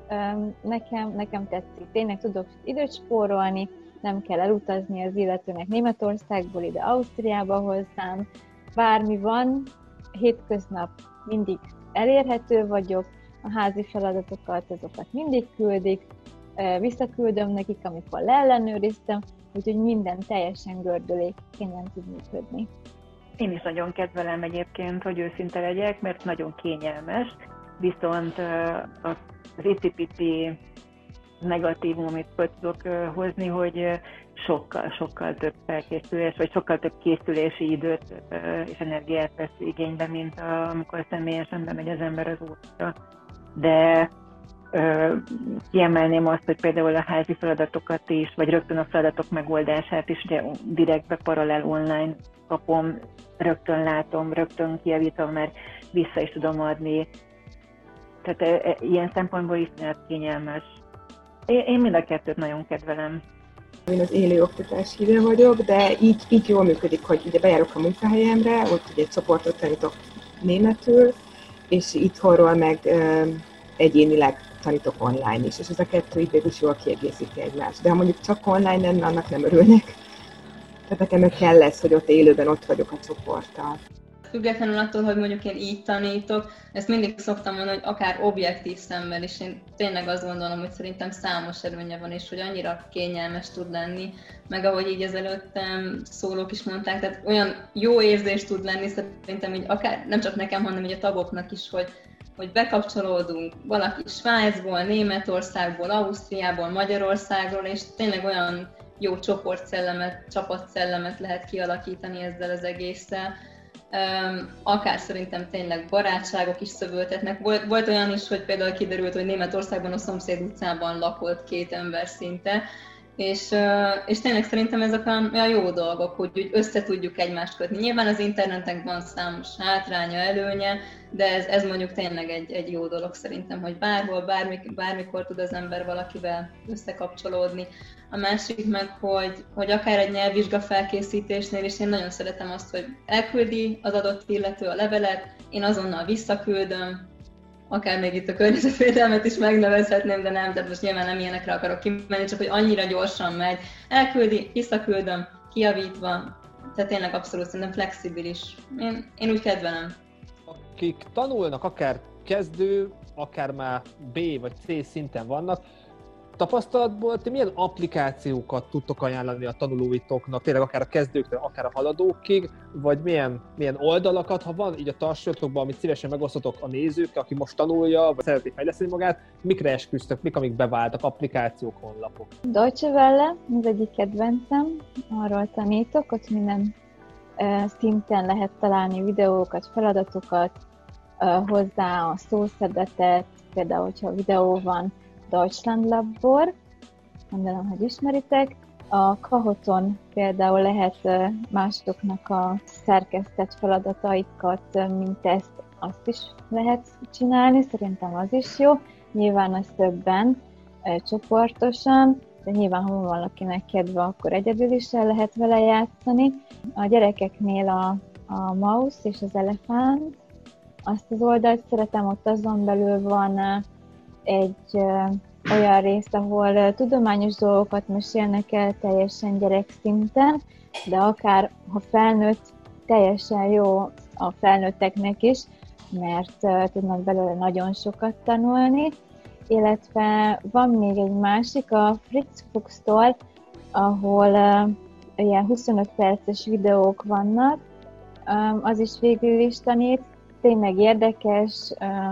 nekem tetszik. Tényleg tudok időt spórolni, nem kell elutazni az illetőnek Németországból ide Ausztriába hozzám. Bármi van, hétköznap mindig elérhető vagyok, a házi feladatokat, azokat mindig küldik, visszaküldöm nekik, amikor leellenőriztem, úgyhogy minden teljesen gördülékenyen tud működni. Én is nagyon kedvelem egyébként, hogy őszinte legyek, mert nagyon kényelmes, viszont az icipici negatívum, amit fel tudok hozni, hogy sokkal több felkészülés, vagy sokkal több készülési időt és energiát vesz igénybe, mint amikor személyesen bemegy az ember az útra. De kiemelném azt, hogy például a házi feladatokat is, vagy rögtön a feladatok megoldását is ugye direktbe paralel online kapom, rögtön látom, rögtön kijavítom, mert vissza is tudom adni. Tehát ilyen szempontból is kényelmes. Én mind a kettőt nagyon kedvelem. Én az élő oktatás híve vagyok, de így jól működik, hogy ugye bejárok a munkahelyemre, ott ugye egy csoportot tanítok németül, és itthonról meg egyénileg tanítok online is, és ez a kettő így végül is jól kiegészíti egymást. De ha mondjuk csak online lenne, annak nem örülnek. Tehát nekem meg kell lesz, hogy ott élőben ott vagyok a csoporttal. Függetlenül attól, hogy mondjuk én így tanítok, ezt mindig szoktam mondani, hogy akár objektív szemmel is, én tényleg azt gondolom, hogy szerintem számos előnye van, és hogy annyira kényelmes tud lenni, meg ahogy így ezelőttem szólók is mondták, tehát olyan jó érzés tud lenni szerintem így akár nem csak nekem, hanem így a tagoknak is, hogy bekapcsolódunk valaki Svájcból, Németországból, Ausztriából, Magyarországról, és tényleg olyan jó csoportszellemet, csapatszellemet lehet kialakítani ezzel az egésszel. Akár szerintem tényleg barátságok is szövöltetnek. Volt olyan is, hogy például kiderült, hogy Németországban a szomszéd utcában lakott 2 ember szinte, és tényleg szerintem ezek olyan jó dolgok, hogy össze tudjuk egymást kötni. Nyilván az internetnek van számos hátránya, előnye, de ez mondjuk tényleg egy jó dolog szerintem, hogy bárhol, bármikor tud az ember valakivel összekapcsolódni. A másik meg, hogy akár egy nyelvvizsga felkészítésnél is én nagyon szeretem azt, hogy elküldi az adott illető a levelet, én azonnal visszaküldöm, akár még itt a környezetvédelmet is megnevezhetném, de nem, tehát most nyilván nem ilyenekre akarok kimenni, csak hogy annyira gyorsan megy, elküldi, visszaküldöm, kijavítva, tehát tényleg abszolút szerintem flexibilis. Én úgy kedvelem. Akik tanulnak, akár kezdő, akár már B vagy C szinten vannak, tapasztalatból ti milyen applikációkat tudtok ajánlani a tanulóitoknak, tényleg akár a kezdőktől, akár a haladókig, vagy milyen oldalakat, ha van így a tartsatokban, amit szívesen megosztotok a nézőkkel, aki most tanulja, vagy szereti fejleszteni magát, mikre esküsztök, mik, amik beváltak, applikációk, honlapok? Deutsche Welle, az egyik kedvencem, arról tanítok, ott minden szinten lehet találni videókat, feladatokat, hozzá a szószedetet, például, hogyha videó van, Deutschland Labor, gondolom, hogy ismeritek. A Kahoton például lehet másoknak a szerkesztett feladataikat, mint ezt, azt is lehet csinálni, szerintem az is jó. Nyilván az többen, csoportosan, de nyilván, ha van valakinek kedve, akkor egyedül is el lehet vele játszani. A gyerekeknél a Mouse és az Elefánt, azt az oldalt szeretem, ott azon belül van egy olyan rész, ahol tudományos dolgokat mesélnek el teljesen gyerekszinten, de akár ha felnőtt, teljesen jó a felnőtteknek is, mert tudnak belőle nagyon sokat tanulni. Illetve van még egy másik, a Fritz Fuchs-tól, ahol ilyen 25 perces videók vannak, az is végül is tanít, tényleg érdekes,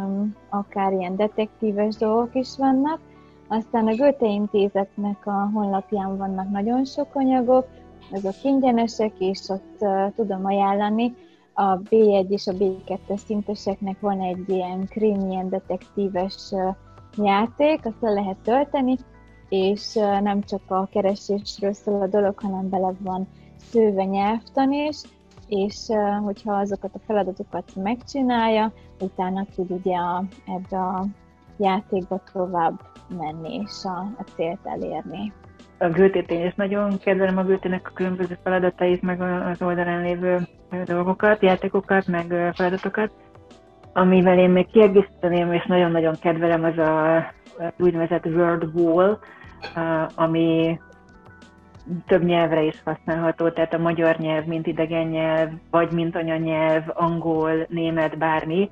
akár ilyen detektíves dolgok is vannak. Aztán a Goethe Intézetnek a honlapján vannak nagyon sok anyagok, azok ingyenesek, és ott tudom ajánlani. A B1 és a B2 szinteseknek van egy ilyen krimi, ilyen detektíves játék, azt le lehet tölteni, és nem csak a keresésről szól a dolog, hanem bele van szőve nyelvtan is, és hogyha azokat a feladatokat megcsinálja, utána tud ugye ebbe a játékba tovább menni és a célt elérni. A Goethe-t én is nagyon kedvelem, a Goethe-nek a különböző feladatait, meg az oldalán lévő dolgokat, játékokat, meg feladatokat. Amivel én még kiegészíteném, és nagyon-nagyon kedvelem, az a úgynevezett Word Wall, ami több nyelvre is használható, tehát a magyar nyelv, mint idegen nyelv, vagy mint anyanyelv, angol, német, bármi.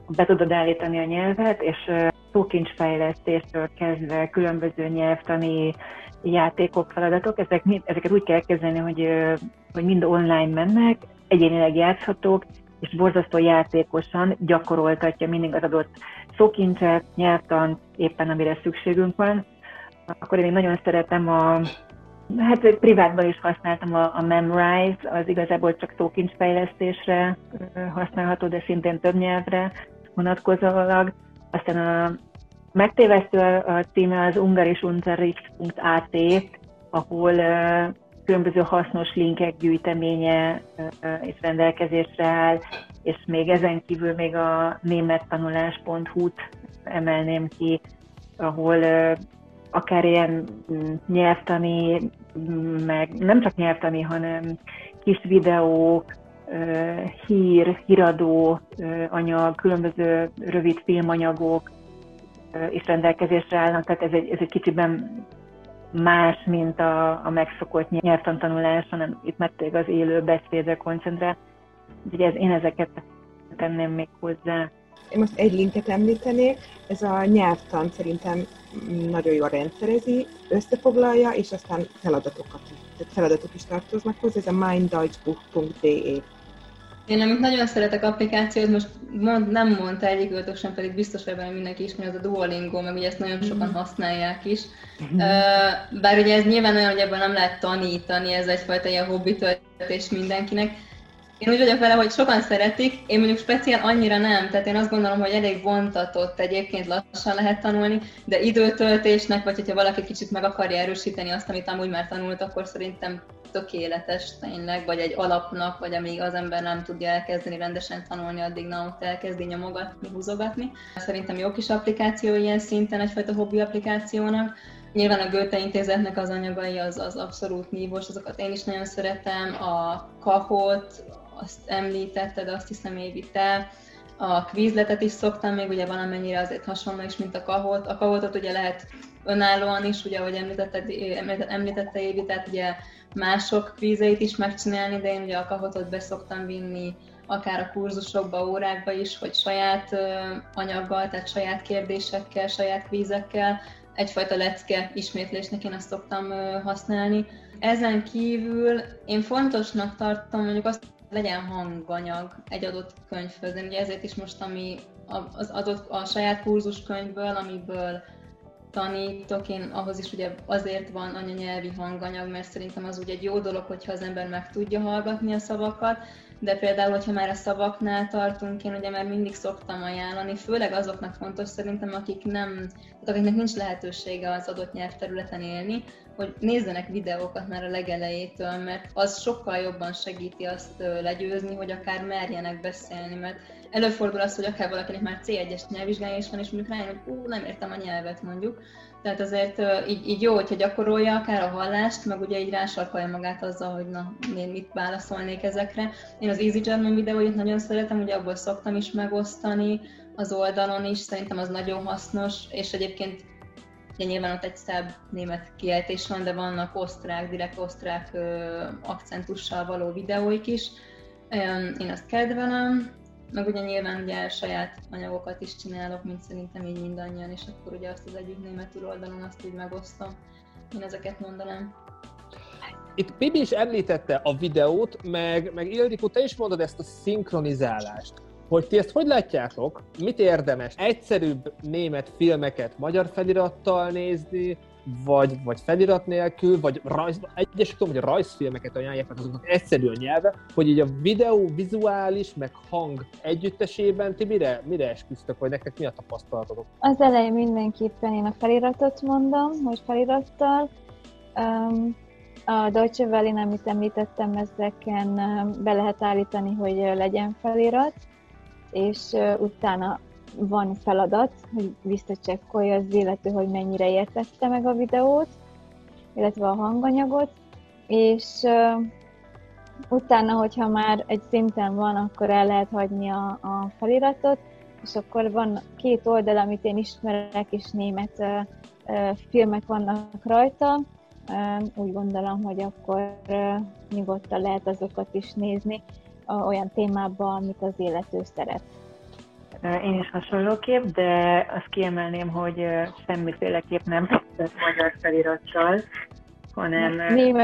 be tudod állítani a nyelvet, és szókincsfejlesztéstől kezdve különböző nyelvtani játékok, feladatok, ezeket úgy kell elkezdeni, hogy mind online mennek, egyénileg játszhatók, és borzasztó játékosan gyakoroltatja mindig az adott szókincset, nyelvtant, éppen amire szükségünk van. Akkor én még nagyon szeretem privátban is használtam a Memrise, az igazából csak szókincsfejlesztésre használható, de szintén több nyelvre vonatkozólag. Aztán a megtévesztő a címe az ungarisunterricht.at, ahol különböző hasznos linkek gyűjteménye is rendelkezésre áll, és még ezen kívül még a némettanulás.hu-t emelném ki, ahol akár ilyen nyelvtani, meg nem csak nyelvtani, hanem kis videók, híradó anyag, különböző rövid filmanyagok is rendelkezésre állnak, tehát ez egy kicsiben más, mint a megszokott nyelvtantanulás, hanem itt már tényleg az élő beszédre koncentrál. Úgyhogy én ezeket tenném még hozzá. Én most egy linket említenék, ez a nyelvtan szerintem nagyon jól rendszerezi, összefoglalja, és aztán feladatok is tartoznak hozzá, ez a meindeutschbuch.de. Én amit nagyon szeretek applikációt, most nem mondta egyikőtök sem, pedig biztos vagyok benne, hogy mindenki ismeri, az a Duolingo, meg ugye ezt nagyon sokan használják is. Bár ugye ez nyilván olyan, hogy ebben nem lehet tanítani, ez egyfajta ilyen hobbi töltés mindenkinek. Én úgy vagyok vele, hogy sokan szeretik, én mondjuk speciál annyira nem, tehát én azt gondolom, hogy elég vontatott, egyébként lassan lehet tanulni, de időtöltésnek, vagy hogyha valaki kicsit meg akarja erősíteni azt, amit amúgy már tanult, akkor szerintem tökéletes tényleg, vagy egy alapnak, vagy amíg az ember nem tudja elkezdeni rendesen tanulni, addig nem ott elkezdi nyomogatni, húzogatni. Szerintem jó kis applikáció ilyen szinten, egyfajta hobbi applikációnak. Nyilván a Goethe Intézetnek az anyagai az abszolút nívós, azokat én is nagyon szeretem. A Kahot, azt említetted, azt hiszem Évi te. A Quizletet is szoktam még, ugye valamennyire azért hasonló is, mint a Kahot. A Kahotot ugye lehet önállóan is, ugye ahogy említette Évi, tehát ugye mások kvízeit is megcsinálni, de én ugye a Kahotot be szoktam vinni akár a kurzusokba, órákba is, hogy saját anyaggal, tehát saját kérdésekkel, saját kvízekkel, egyfajta lecke ismétlésnek én azt szoktam használni. Ezen kívül én fontosnak tartom mondjuk azt, hogy legyen hanganyag egy adott könyvhöz. Én ugye ezért is most, ami az adott a saját kurzuskönyvből, amiből tanítok, én ahhoz is ugye azért van anyanyelvi hanganyag, mert szerintem az ugye egy jó dolog, hogyha az ember meg tudja hallgatni a szavakat, de például, hogyha már a szavaknál tartunk, én ugye már mindig szoktam ajánlani, főleg azoknak fontos szerintem, akiknek nincs lehetősége az adott nyelvterületen élni, hogy nézzenek videókat már a legelejétől, mert az sokkal jobban segíti azt legyőzni, hogy akár merjenek beszélni, mert előfordul az, hogy akár valakinek már C1-es nyelvvizsgája is van, és mondjuk rájön, hogy nem értem a nyelvet mondjuk. Tehát azért így jó, hogyha gyakorolja akár a hallást, meg ugye így rásarkolja magát azzal, hogy én mit válaszolnék ezekre. Én az Easy German videóit nagyon szeretem, ugye abból szoktam is megosztani az oldalon is, szerintem az nagyon hasznos, és egyébként ugye nyilván ott egy szebb német kiejtés van, de vannak direkt osztrák akcentussal való videóik is. Én azt kedvelem, meg ugye nyilván ugye saját anyagokat is csinálok, mint szerintem így mindannyian, és akkor ugye azt az együtt németül oldalon azt úgy megosztom. Én ezeket mondanám. Itt Bibi is említette a videót, meg Ildikó, te is mondod ezt a szinkronizálást. Hogy ti ezt hogy látjátok? Mit érdemes? Egyszerűbb német filmeket magyar felirattal nézni, vagy felirat nélkül, vagy egyesek tudom, hogy a rajzfilmeket ajánlják, mert azoknak egyszerű a nyelve, hogy így a videó, vizuális, meg hang együttesében ti mire esküztök, vagy nektek mi a tapasztalatotok? Az elején mindenképpen én a feliratot mondom, hogy felirattal. A Deutsche Welle, amit említettem, ezeken be lehet állítani, hogy legyen felirat, és utána van feladat, hogy visszacsekkolja az illető, hogy mennyire értette meg a videót, illetve a hanganyagot, és utána, hogyha már egy szinten van, akkor el lehet hagyni a feliratot, és akkor van 2 oldal, amit én ismerek, és német filmek vannak rajta. Úgy gondolom, hogy akkor nyugodtan lehet azokat is nézni olyan témában, amit az illető szeret. Én is hasonlóképp, de azt kiemelném, hogy semmiféleképp nem tett magyar felirattal, hanem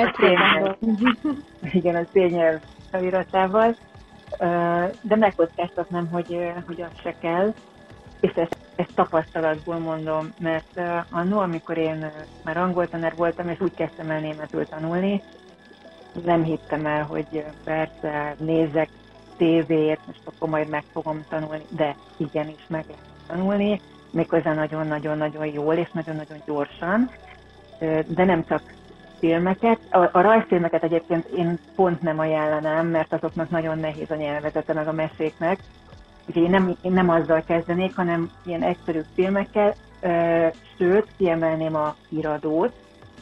a C-nyelv feliratával, de megkockáztatnám, hogy az se kell, és ezt tapasztalatból mondom, mert annó, amikor én már angol tanár voltam, és úgy kezdtem el németül tanulni, nem hittem el, hogy persze nézek tévét, és akkor majd meg fogom tanulni, de igenis meg lehet tanulni, méghozzá nagyon-nagyon-nagyon jól és nagyon-nagyon gyorsan, de nem csak filmeket. A rajzfilmeket egyébként én pont nem ajánlanám, mert azoknak nagyon nehéz a nyelvezete meg a meséknek, úgyhogy én nem azzal kezdenék, hanem ilyen egyszerű filmekkel, sőt, kiemelném a Híradót,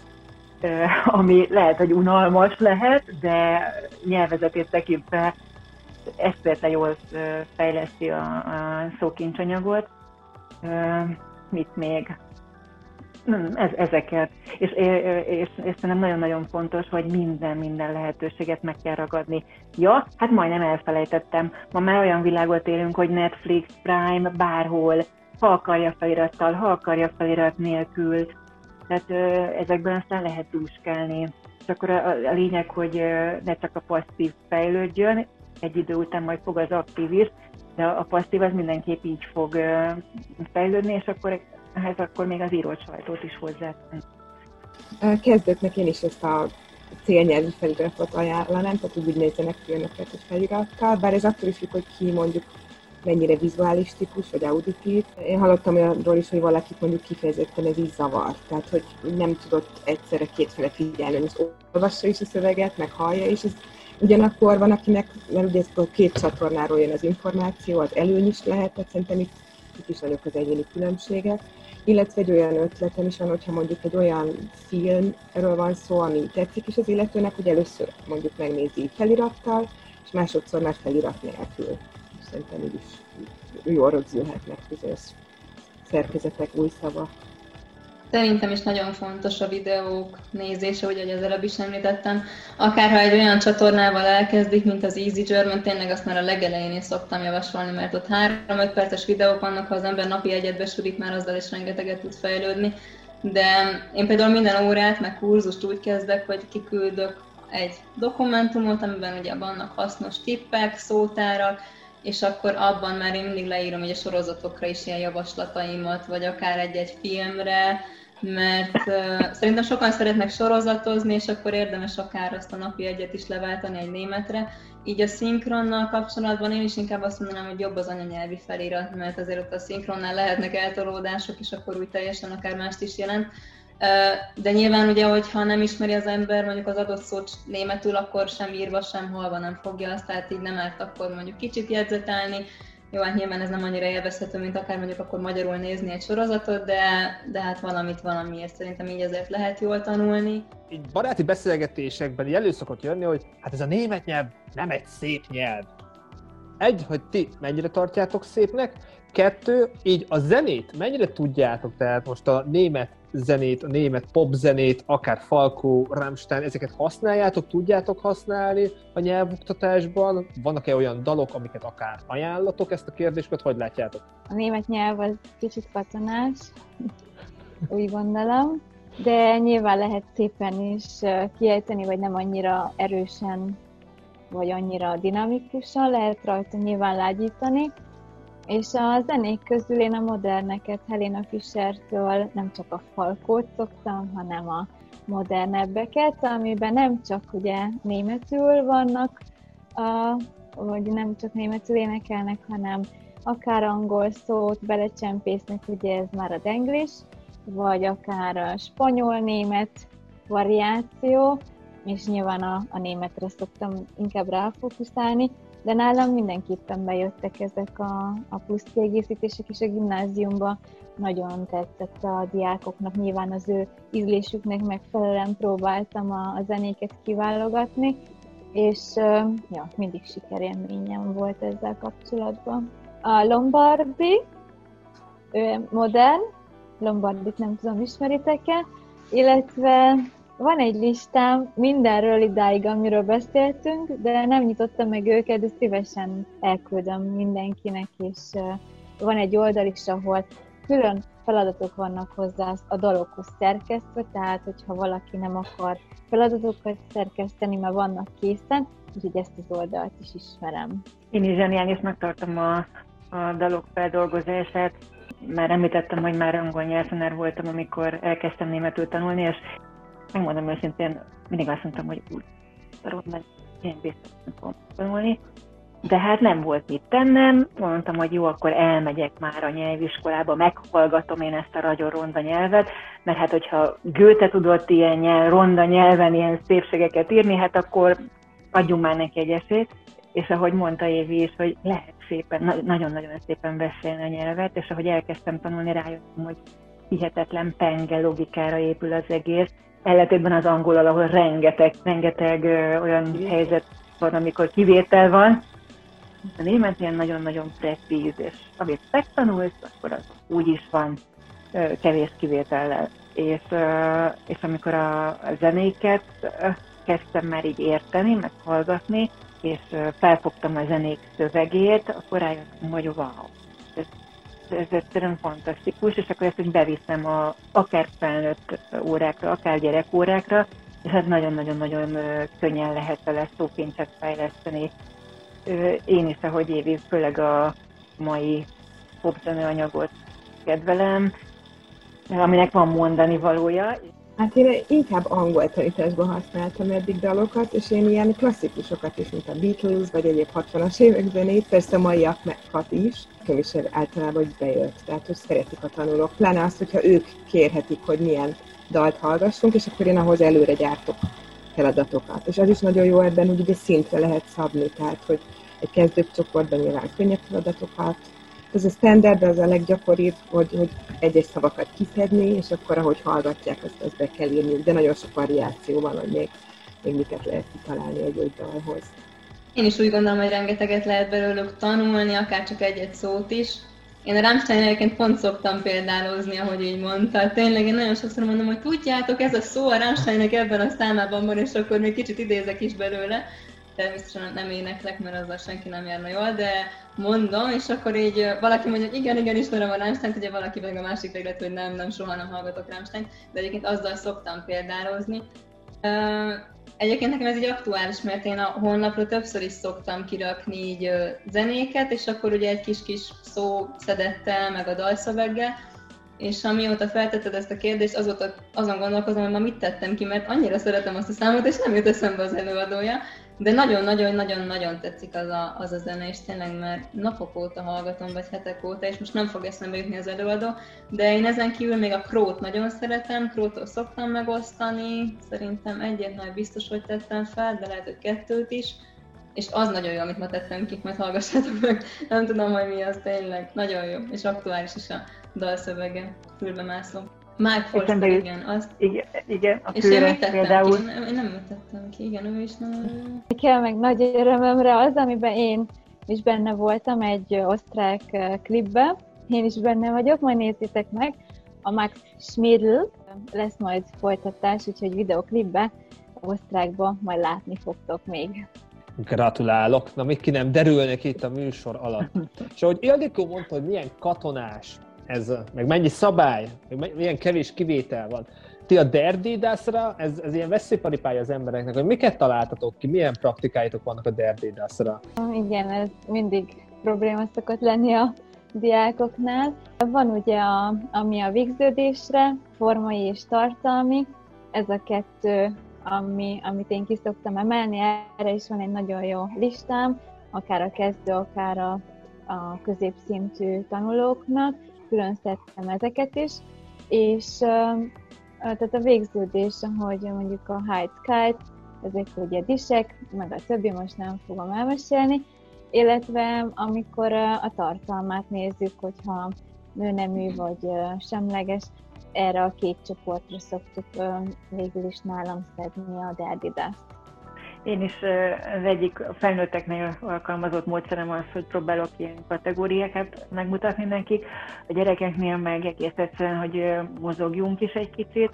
ami lehet, hogy unalmas lehet, de nyelvezetét tekintve eszméletlen jól fejleszti a szókincsanyagot. Mit még? Ezeket. És szerintem nagyon-nagyon fontos, hogy minden lehetőséget meg kell ragadni. Ja, hát majdnem elfelejtettem. Ma már olyan világot élünk, hogy Netflix, Prime, bárhol, ha akarja felirattal, ha akarja felirat nélkül. Tehát ezekben aztán lehet dúskálni. És akkor a lényeg, hogy ne csak a passzív fejlődjön, egy idő után majd fog az aktív is, de a passzív az mindenképp így fog fejlődni, és akkor még az írott sajtót is hozzátenni. Kezdetnek én is ezt a célnyelvű feliratot ajánlanám, tehát úgy nézzenek filmeket egy felirattal, bár ez attól is függ, hogy ki mondjuk mennyire vizuális típus, vagy auditív. Én hallottam olyanról is, hogy valakit mondjuk kifejezetten ez így zavar, tehát hogy nem tudott egyszerre kétfele figyelni, hogy olvassa is a szöveget, meg hallja is. Ez ugyanakkor van, akinek, mert ugye ez a két csatornáról jön az információ, az előny is lehet, tehát szerintem itt is nagyok az egyéni különbségek. Illetve egy olyan ötletem is van, hogyha mondjuk egy olyan filmről van szó, ami tetszik is az illetőnek, hogy először mondjuk megnézi felirattal, és másodszor már felirat nélkül. Szerintem így is jól rögzülhetnek bizonyos szerkezetek, új szavak. Szerintem is nagyon fontos a videók nézése, ugye, ahogy az előbb is említettem. Akárha egy olyan csatornával elkezdik, mint az Easy German, tényleg azt már a legelején is szoktam javasolni, mert ott 3-5 perces videók vannak, ha az ember napi egyet besúrik, már azzal is rengeteget tud fejlődni. De én például minden órát, meg kurzust úgy kezdek, hogy kiküldök egy dokumentumot, amiben ugye vannak hasznos tippek, szótárak, és akkor abban már én mindig leírom hogy a sorozatokra is ilyen javaslataimat, vagy akár egy-egy filmre, mert szerintem sokan szeretnek sorozatozni, és akkor érdemes akár azt a napi egyet is leváltani egy németre. Így a szinkronnal kapcsolatban én is inkább azt mondanám, hogy jobb az anyanyelvi felirat, mert azért ott a szinkronnál lehetnek eltolódások, és akkor úgy teljesen akár mást is jelent. De nyilván ugye, hogyha nem ismeri az ember mondjuk az adott szót németül, akkor sem írva, sem hallva nem fogja azt, tehát így nem árt akkor mondjuk kicsit jegyzetelni. Jó, hát nyilván ez nem annyira élvezhető, mint akár mondjuk akkor magyarul nézni egy sorozatot, de hát valamiért szerintem így azért lehet jól tanulni. Így baráti beszélgetésekben így elő szokott jönni, hogy hát ez a német nyelv nem egy szép nyelv. Egy, hogy ti mennyire tartjátok szépnek, 2, így a zenét mennyire tudjátok, tehát most a német zenét, a német popzenét, akár Falco, Rammstein, ezeket használjátok, tudjátok használni a nyelvoktatásban? Vannak-e olyan dalok, amiket akár ajánlatok? Ezt a kérdést, hogy látjátok? A német nyelv az kicsit katonás, úgy gondolom, de nyilván lehet szépen is kiejteni, vagy nem annyira erősen, vagy annyira dinamikusan, lehet rajta nyilván lágyítani. És a zenék közül én a moderneket, Helena Fischertől nem csak a Falcót szoktam, hanem a modernebbeket, amiben nem csak ugye németül vannak, vagy nem csak németül énekelnek, hanem akár angol szót belecsempésznek, ugye ez már a denglish, vagy akár a spanyol-német variáció, és nyilván a németre szoktam inkább ráfókuszálni, de nálam mindenképpen bejöttek ezek a plusz kiegészítések, és a gimnáziumban nagyon tetszett a diákoknak, nyilván az ő ízlésüknek megfelelően próbáltam a zenéket kiválogatni, és ja, mindig sikerélményem volt ezzel kapcsolatban. A Lombardi, ő modern, Lombardit nem tudom, ismeritek-e, illetve van egy listám mindenről idáig, amiről beszéltünk, de nem nyitottam meg őket, de szívesen elküldöm mindenkinek, és van egy oldal is, ahol külön feladatok vannak hozzá a dalokhoz szerkesztve, tehát hogyha valaki nem akar feladatokat szerkeszteni, mert vannak készen, úgyhogy ezt az oldalt is ismerem. Én is zseniálisnak tartom a dalok feldolgozását. Már említettem, hogy már angol nyelvtanár voltam, amikor elkezdtem németül tanulni, és megmondom őszintén, mindig azt mondtam, hogy úgy szarod, mert én biztos nem fogom tanulni. De hát nem volt mit tennem, mondtam, hogy jó, akkor elmegyek már a nyelviskolába, meghallgatom én ezt a nagyon ronda nyelvet, mert hát hogyha Goethe tudott ilyen ronda nyelven ilyen szépségeket írni, hát akkor adjunk már neki egy esélyt. És ahogy mondta Évi is, hogy lehet szépen, nagyon-nagyon szépen beszélni a nyelvet, és ahogy elkezdtem tanulni, rájöttem, hogy hihetetlen penge logikára épül az egész. Ellentétben az angolal, ahol rengeteg olyan helyzet van, amikor kivétel van. A német ilyen nagyon-nagyon precíz, és amit megtanulsz, akkor az úgy is van, kevés kivétellel. És amikor a zenéket kezdtem már így érteni, meg hallgatni, és felfogtam a zenék szövegét, akkor rájöttem, hogy wow, ez egyszerűen fantasztikus, és akkor ezt úgy beviszem akár felnőtt órákra, akár gyerekórákra, és hát nagyon-nagyon-nagyon könnyen lehet vele szókincset fejleszteni. Én is, ahogy Évi, főleg a mai popzenőanyagot kedvelem, aminek van mondani valója. Hát én inkább angol tanításban használtam eddig dalokat, és én ilyen klasszikusokat is, mint a Beatles, vagy egyéb 60-as évek zenét, persze a maiakat is, nekem is általában hogy bejött, tehát hogy szeretik a tanulók. Pláne azt, hogyha ők kérhetik, hogy milyen dalt hallgassunk, és akkor én ahhoz előre gyártok feladatokat. És az is nagyon jó, ebben úgy szintre lehet szabni, tehát hogy egy kezdők csoportban nyilván könnyebb feladatokat. Ez a standard, az a leggyakoribb, hogy egyes szavakat kiszedni, és akkor ahogy hallgatják, azt be kell írni. De nagyon sok variáció van, hogy még miket lehet kitalálni egy dalhoz. Én is úgy gondolom, hogy rengeteget lehet belőlük tanulni, akár csak egy-egy szót is. Én a Rammstein egyébként pont szoktam példálozni, ahogy így mondta. Tényleg én nagyon sokszor mondom, hogy tudjátok, ez a szó a Rammsteinnek ebben a számában van, és akkor még kicsit idézek is belőle. Természetesen nem éneklek, mert azzal senki nem járna jól, de mondom, és akkor így valaki mondja, hogy igen, ismerem a Rammsteint, ugye valaki meg a másik véglet, hogy nem, soha nem hallgatok Rammsteint, de egyébként azzal szoktam példálozni. Egyébként nekem ez így aktuális, mert én a honlapra többször is szoktam kirakni így zenéket, és akkor ugye egy kis szószedettel, meg a dalszöveggel, és amióta feltetted ezt a kérdést, azon gondolkozom, hogy ma mit tettem ki, mert annyira szeretem azt a számot, és nem jut eszembe az előadója, de nagyon-nagyon tetszik az a zene, és tényleg már napok óta hallgatom, vagy hetek óta, és most nem fog eszembe jutni az előadó, de én ezen kívül még a Krót nagyon szeretem, Krótól szoktam megosztani, szerintem egyet már biztos, hogy tettem fel, de lehet, hogy kettőt is, és az nagyon jó, amit ma tettem ki, majd hallgassátok meg, nem tudom, hogy mi az tényleg, nagyon jó, és aktuális is a dalszövege, fülbemászó. Mike Forster, igen, azt. Igen, a és én mit tettem például. ki? Én nem tettem ki, igen, ő is nem. Kell meg nagy örömömre az, amiben én is benne voltam egy osztrák klipben. Én is benne vagyok, majd nézzétek meg. A Max Schmidl lesz majd folytatás, úgyhogy videoklipben osztrákban majd látni fogtok még. Gratulálok! Na, még ki nem derülnek itt a műsor alatt. És ahogy Ildikó mondta, hogy milyen katonás ez, meg mennyi szabály, meg milyen kevés kivétel van. Ti a Derdédászra, ez ilyen veszélyparipája az embereknek, hogy miket találtatok ki, milyen praktikáitok vannak a Derdédászra? Igen, ez mindig probléma szokott lenni a diákoknál. Van ugye ami a végződésre, formai és tartalmi, ez a kettő, amit én ki szoktam emelni, erre is van egy nagyon jó listám, akár a kezdő, akár a középszintű tanulóknak, külön szedtem ezeket is, és tehát a végződés, ahogy mondjuk a Hide Kite, ezek ugye disek, meg a többi most nem fogom elmesélni, illetve amikor a tartalmát nézzük, hogyha nőnemű vagy semleges, erre a két csoportra szoktuk végül is nálam szedni a Derdidászt. Én is az egyik felnőtteknél alkalmazott módszerem az, hogy próbálok ilyen kategóriákat megmutatni nekik. A gyerekeknél meg egész egyszerűen, hogy mozogjunk is egy kicsit,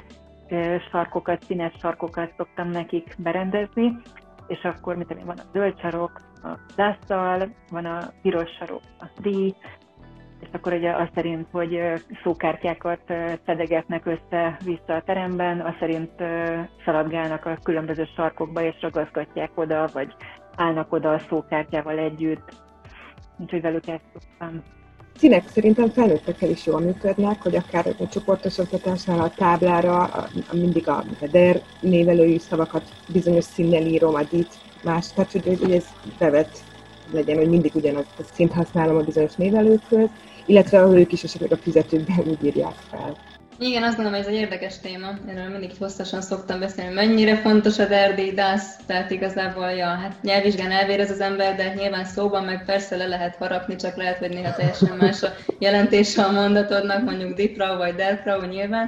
színes sarkokat szoktam nekik berendezni, és akkor van a zöld sarok, a zászlal, van a piros sarok, a díj, és akkor ugye az szerint, hogy szókártyákat szedegetnek össze-vissza a teremben, az szerint szaladgálnak a különböző sarkokba és ragaszgatják oda, vagy állnak oda a szókártyával együtt. Úgyhogy velük ezt szoktam. Színek szerintem felnőttekkel is jól működnek, hogy akár a csoportos oktatásnál a táblára mindig a der névelői szavakat bizonyos színnel írom, a dit más, tehát hogy ez bevet legyen, hogy mindig ugyanazt a színt használom a bizonyos névelőkhöz, illetve ahol ők is esetleg a fizetőkben úgy írják fel. Igen, azt gondolom, hogy ez egy érdekes téma. Erről mindig hosszasan szoktam beszélni, mennyire fontos a derdidász, tehát igazából, hát nyelvvizsgán elvérez az ember, de nyilván szóban meg persze le lehet harapni, csak lehet, hogy néha teljesen más a jelentése a mondatodnak, mondjuk dipra vagy derpra, nyilván.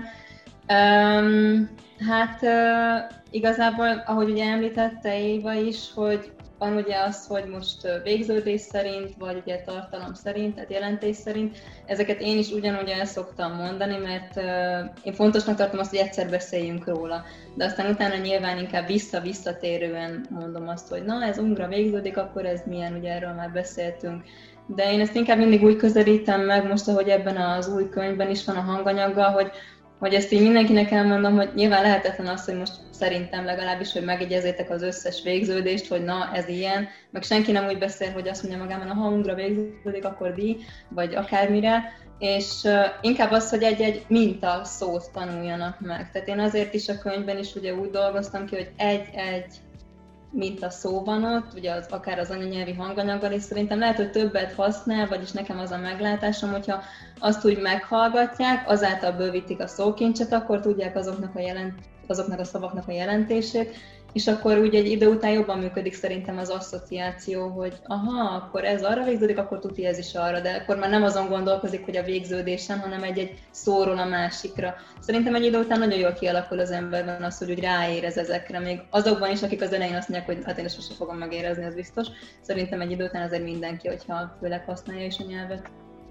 Igazából, ahogy ugye említette Éva is, hogy van ugye az, hogy most végződés szerint, vagy ugye tartalom szerint, tehát jelentés szerint. Ezeket én is ugyanúgy el szoktam mondani, mert én fontosnak tartom azt, hogy egyszer beszéljünk róla. De aztán utána nyilván inkább visszatérően mondom azt, hogy na, ez ungra végződik, akkor ez milyen, ugye erről már beszéltünk. De én ezt inkább mindig úgy közelítem meg, most ahogy ebben az új könyvben is van a hanganyaggal, hogy ezt így mindenkinek elmondom, hogy nyilván lehetetlen az, hogy most szerintem legalábbis, hogy megjegyezzétek az összes végződést, hogy na, ez ilyen, meg senki nem úgy beszél, hogy azt mondja magában, ha hangra végződik, akkor di, vagy akármire, és inkább az, hogy egy minta szót tanuljanak meg. Tehát én azért is a könyvben is ugye úgy dolgoztam ki, hogy egy minta szó van ott, ugye akár az anyanyelvi hanganyaggal, és szerintem lehet, hogy többet használ, vagyis nekem az a meglátásom, hogyha azt úgy meghallgatják, azáltal bővítik a szókincset, akkor tudják azoknak a szavaknak a jelentését, és akkor úgy egy idő után jobban működik szerintem az asszociáció, hogy aha, akkor ez arra végződik, akkor tuti ez is arra, de akkor már nem azon gondolkozik, hogy a végződésen, hanem egy szóról a másikra. Szerintem egy idő után nagyon jól kialakul az emberben az, hogy úgy ráérez ezekre, még azokban is, akik az elején azt mondják, hogy hát én sosem fogom megérezni, az biztos. Szerintem egy idő után azért mindenki, hogyha főleg használja is a nyelvet.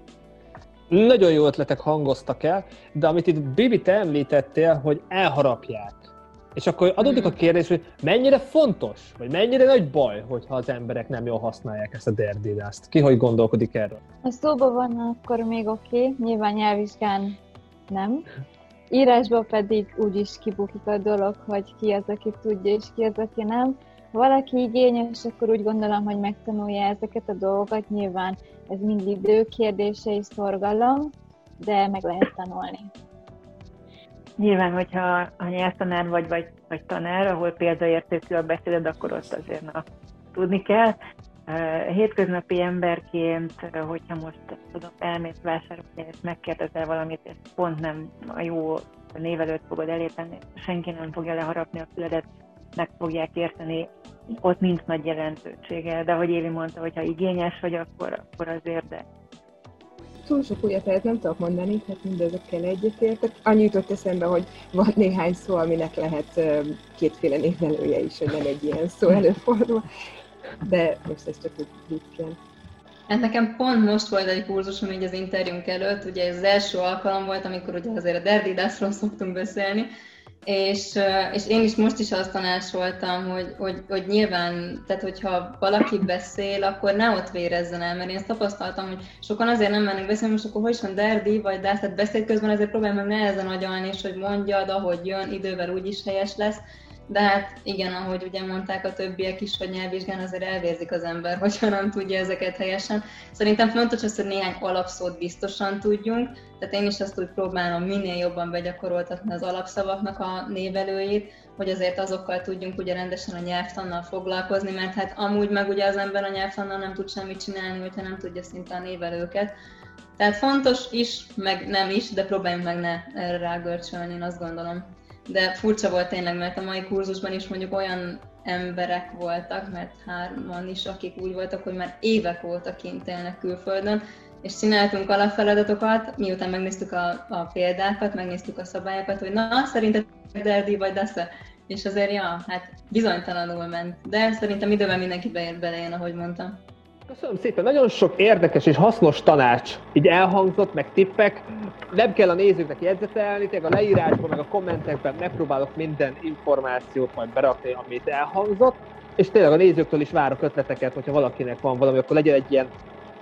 Nagyon jó ötletek hangoztak el, de amit itt Bibi, te említettél, hogy elharapják. És akkor adódik a kérdés, hogy mennyire fontos, vagy mennyire nagy baj, hogyha az emberek nem jól használják ezt a derdidászt. Ki hogy gondolkodik erről? Ha szóban van, akkor még oké, nyilván nyelvvizsgán nem. Írásban pedig úgyis kibukik a dolog, hogy ki az, aki tudja, és ki az, aki nem. Ha valaki igényes, akkor úgy gondolom, hogy megtanulja ezeket a dolgokat. Nyilván ez mind idő kérdése és szorgalom, de meg lehet tanulni. Nyilván, hogyha a nyelvtanár vagy tanár, ahol példaértékű a beszéded, akkor ott azért tudni kell. Hétköznapi emberként, hogyha most elmész vásárolni, és megkérdezel valamit, és pont nem a jó névelőt fogod elérteni, senki nem fogja leharapni a füledet, meg fogják érteni, ott nincs nagy jelentősége. De ahogy Évi mondta, hogyha igényes vagy, akkor azért, de Túl sok újat ehhez nem tudok mondani, tehát mindezekkel egyetértek. Annyi jutott eszembe, hogy van néhány szó, aminek lehet kétféle névelője is, hogy nem egy ilyen szó előfordul, de most ez csak úgy ritkán. Hát nekem pont most volt egy kurzusom így az interjúnk előtt, ugye ez az első alkalom volt, amikor ugye azért a derdidászról szoktunk beszélni, és én is most is azt tanácsoltam, hogy nyilván, tehát hogyha valaki beszél, akkor ne ott vérezzen el, mert én ezt tapasztaltam, hogy sokan azért nem mennek beszélni, most akkor hogy is van derdi, vagy dász, tehát beszéd közben azért próbálj meg nehezen agyalni, és hogy mondjad, ahogy jön, idővel úgyis helyes lesz. De hát igen, ahogy ugye mondták a többiek is, hogy nyelvvizsgán azért elvérzik az ember, hogyha nem tudja ezeket helyesen. Szerintem fontos az, hogy néhány alapszót biztosan tudjunk, tehát én is azt úgy próbálom minél jobban begyakoroltatni az alapszavaknak a névelőjét, hogy azért azokkal tudjunk ugye rendesen a nyelvtannal foglalkozni, mert hát amúgy meg ugye az ember a nyelvtannal nem tud semmit csinálni, hogyha nem tudja szinte a névelőket. Tehát fontos is, meg nem is, de próbáljunk meg ne erre rágörcsölni, én azt gondolom. De furcsa volt tényleg, mert a mai kurzusban is mondjuk olyan emberek voltak, mert 3-an is, akik úgy voltak, hogy már évek óta kint élnek külföldön, és csináltunk alapfeladatokat, miután megnéztük a példákat, megnéztük a szabályokat, hogy na, szerinted derdi vagy dasze? És azért, ja, hát bizonytalanul ment. De szerintem időben mindenki belejön, ahogy mondtam. Köszönöm szépen, nagyon sok érdekes és hasznos tanács így elhangzott, meg tippek. Nem kell a nézőknek jegyzetelni, tényleg a leírásban, meg a kommentekben megpróbálok minden információt majd berakni, amit elhangzott. És tényleg a nézőktől is várok ötleteket, hogyha valakinek van valami, akkor legyen egy ilyen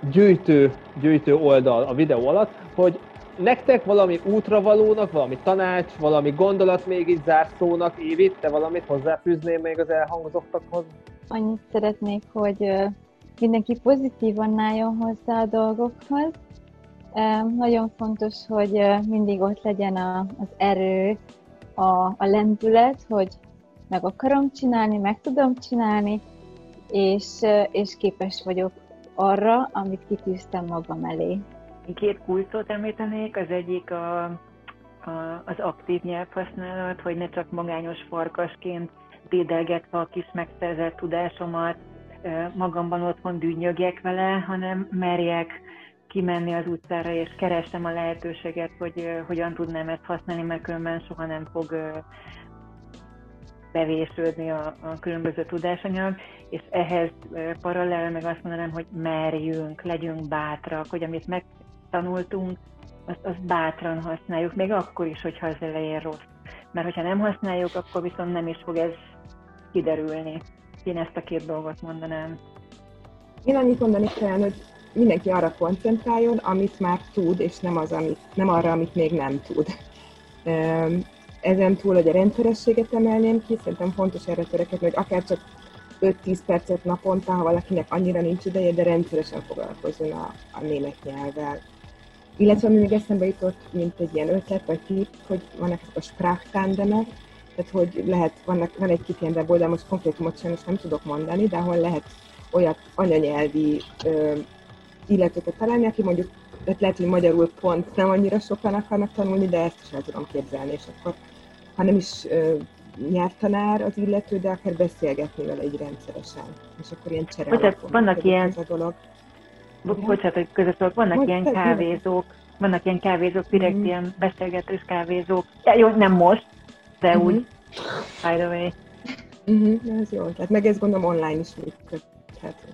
gyűjtő oldal a videó alatt, hogy nektek valami útravalónak, valami tanács, valami gondolat még így zárszónak, Évi, te valamit hozzáfűznél még az elhangzottakhoz? Annyit szeretnék, hogy mindenki pozitívan álljon hozzá a dolgokhoz. Nagyon fontos, hogy mindig ott legyen az erő, a lendület, hogy meg akarom csinálni, meg tudom csinálni, és képes vagyok arra, amit kitűztem magam elé. 2 kulcsot említenék, az egyik az aktív nyelvhasználat, hogy ne csak magányos farkasként dédelgetve a kis megszerzett tudásomat, magamban otthon dűnyögjek vele, hanem merjek kimenni az utcára, és keresem a lehetőséget, hogy hogyan tudnám ezt használni, mert különben soha nem fog bevésődni a különböző tudásanyag, és ehhez paralel meg azt mondanám, hogy merjünk, legyünk bátrak, hogy amit megtanultunk, azt bátran használjuk, még akkor is, hogyha az elején rossz. Mert hogyha nem használjuk, akkor viszont nem is fog ez kiderülni. Én ezt a 2 dolgot mondanám. Én annyit mondani kell, hogy mindenki arra koncentráljon, amit már tud, és nem arra, amit még nem tud. Ezen túl, hogy a rendszerességet emelném ki, szerintem fontos erre törekedni, hogy akár csak 5-10 percet naponta, ha valakinek annyira nincs ideje, de rendszeresen foglalkozzon a német nyelvvel. Illetve ami még eszembe jutott, mint egy ilyen ötlet vagy tipp, hogy vannak ezek a sprachtandemek, tehát hogy van egy kis ilyen weboldal, most konkrétumot sajnos nem tudok mondani, de ahol lehet olyat anyanyelvi illetőket találni, aki mondjuk lehet, hogy magyarul pont nem annyira sokan akarnak tanulni, de ezt is el tudom képzelni, és akkor ha nem is nyelvtanár az illető, de akár beszélgetni vele így rendszeresen. És akkor ilyen csere vannak ilyen, ez a dolog. Bocsánat, hogy közöttök, vannak ilyen kávézók, direkt ilyen beszélgetős kávézók. Ja, jó, nem most, de úgy, by the way. Ez jó, tehát meg ezt gondolom online is működhet.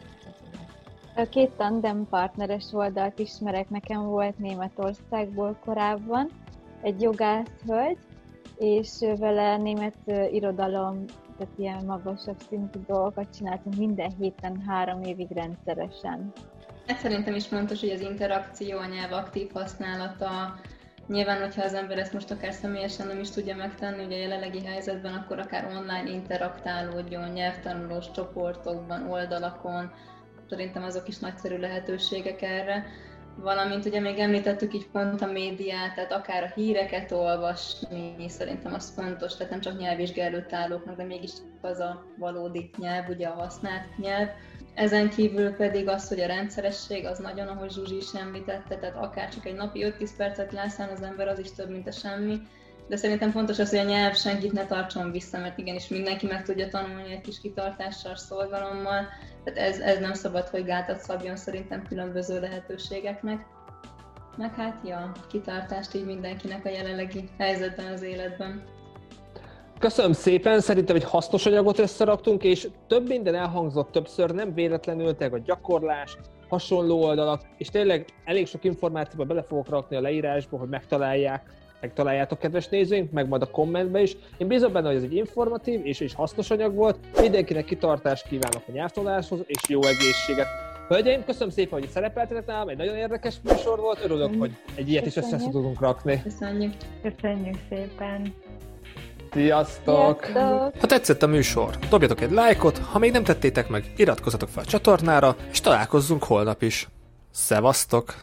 2 tandem partneres oldalt ismerek, nekem volt Németországból korábban, egy jogászhölgy, és vele német irodalom, tehát ilyen magasabb szintű dolgokat csináltunk minden héten 3 évig rendszeresen. Szerintem is fontos, hogy az interakció, a nyelv aktív használata, nyilván, hogyha az ember ezt most akár személyesen nem is tudja megtenni, ugye a jelenlegi helyzetben, akkor akár online interaktálódjon, nyelvtanulós csoportokban, oldalakon, szerintem azok is nagyszerű lehetőségek erre. Valamint ugye még említettük így pont a médiát, tehát akár a híreket olvasni, szerintem az fontos, tehát nem csak nyelvvizsgálóknak, de mégis az a valódi nyelv, ugye a használt nyelv. Ezen kívül pedig az, hogy a rendszeresség, az nagyon, ahogy Zsuzsi is említette, tehát akár csak egy napi 5-10 percet lászán az ember, az is több, mint a semmi. De szerintem fontos az, hogy a nyelv senkit ne tartson vissza, mert igenis mindenki meg tudja tanulni egy kis kitartással, szorgalommal. Tehát ez nem szabad, hogy gátat szabjon szerintem különböző lehetőségeknek. Meg hát, kitartást így mindenkinek a jelenlegi helyzetben, az életben. Köszönöm szépen, szerintem egy hasznos anyagot összeraktunk, és több minden elhangzott többször, nem véletlenül a gyakorlás, hasonló oldalak, és tényleg elég sok információba bele fogok rakni a leírásba, hogy megtaláljátok, kedves nézőink, meg majd a kommentbe is. Én bízom benne, hogy ez egy informatív és hasznos anyag volt. Mindenkinek kitartást kívánok a nyelvtanuláshoz, és jó egészséget. Hölgyeim, köszönöm szépen, hogy szerepeltetek nálam, egy nagyon érdekes műsor volt, örülök, hogy egy ilyet is össze tudunk rakni. Köszönjük szépen! Sziasztok! Ha tetszett a műsor, dobjatok egy lájkot, ha még nem tettétek meg, iratkozzatok fel a csatornára, és találkozzunk holnap is. Szevasztok!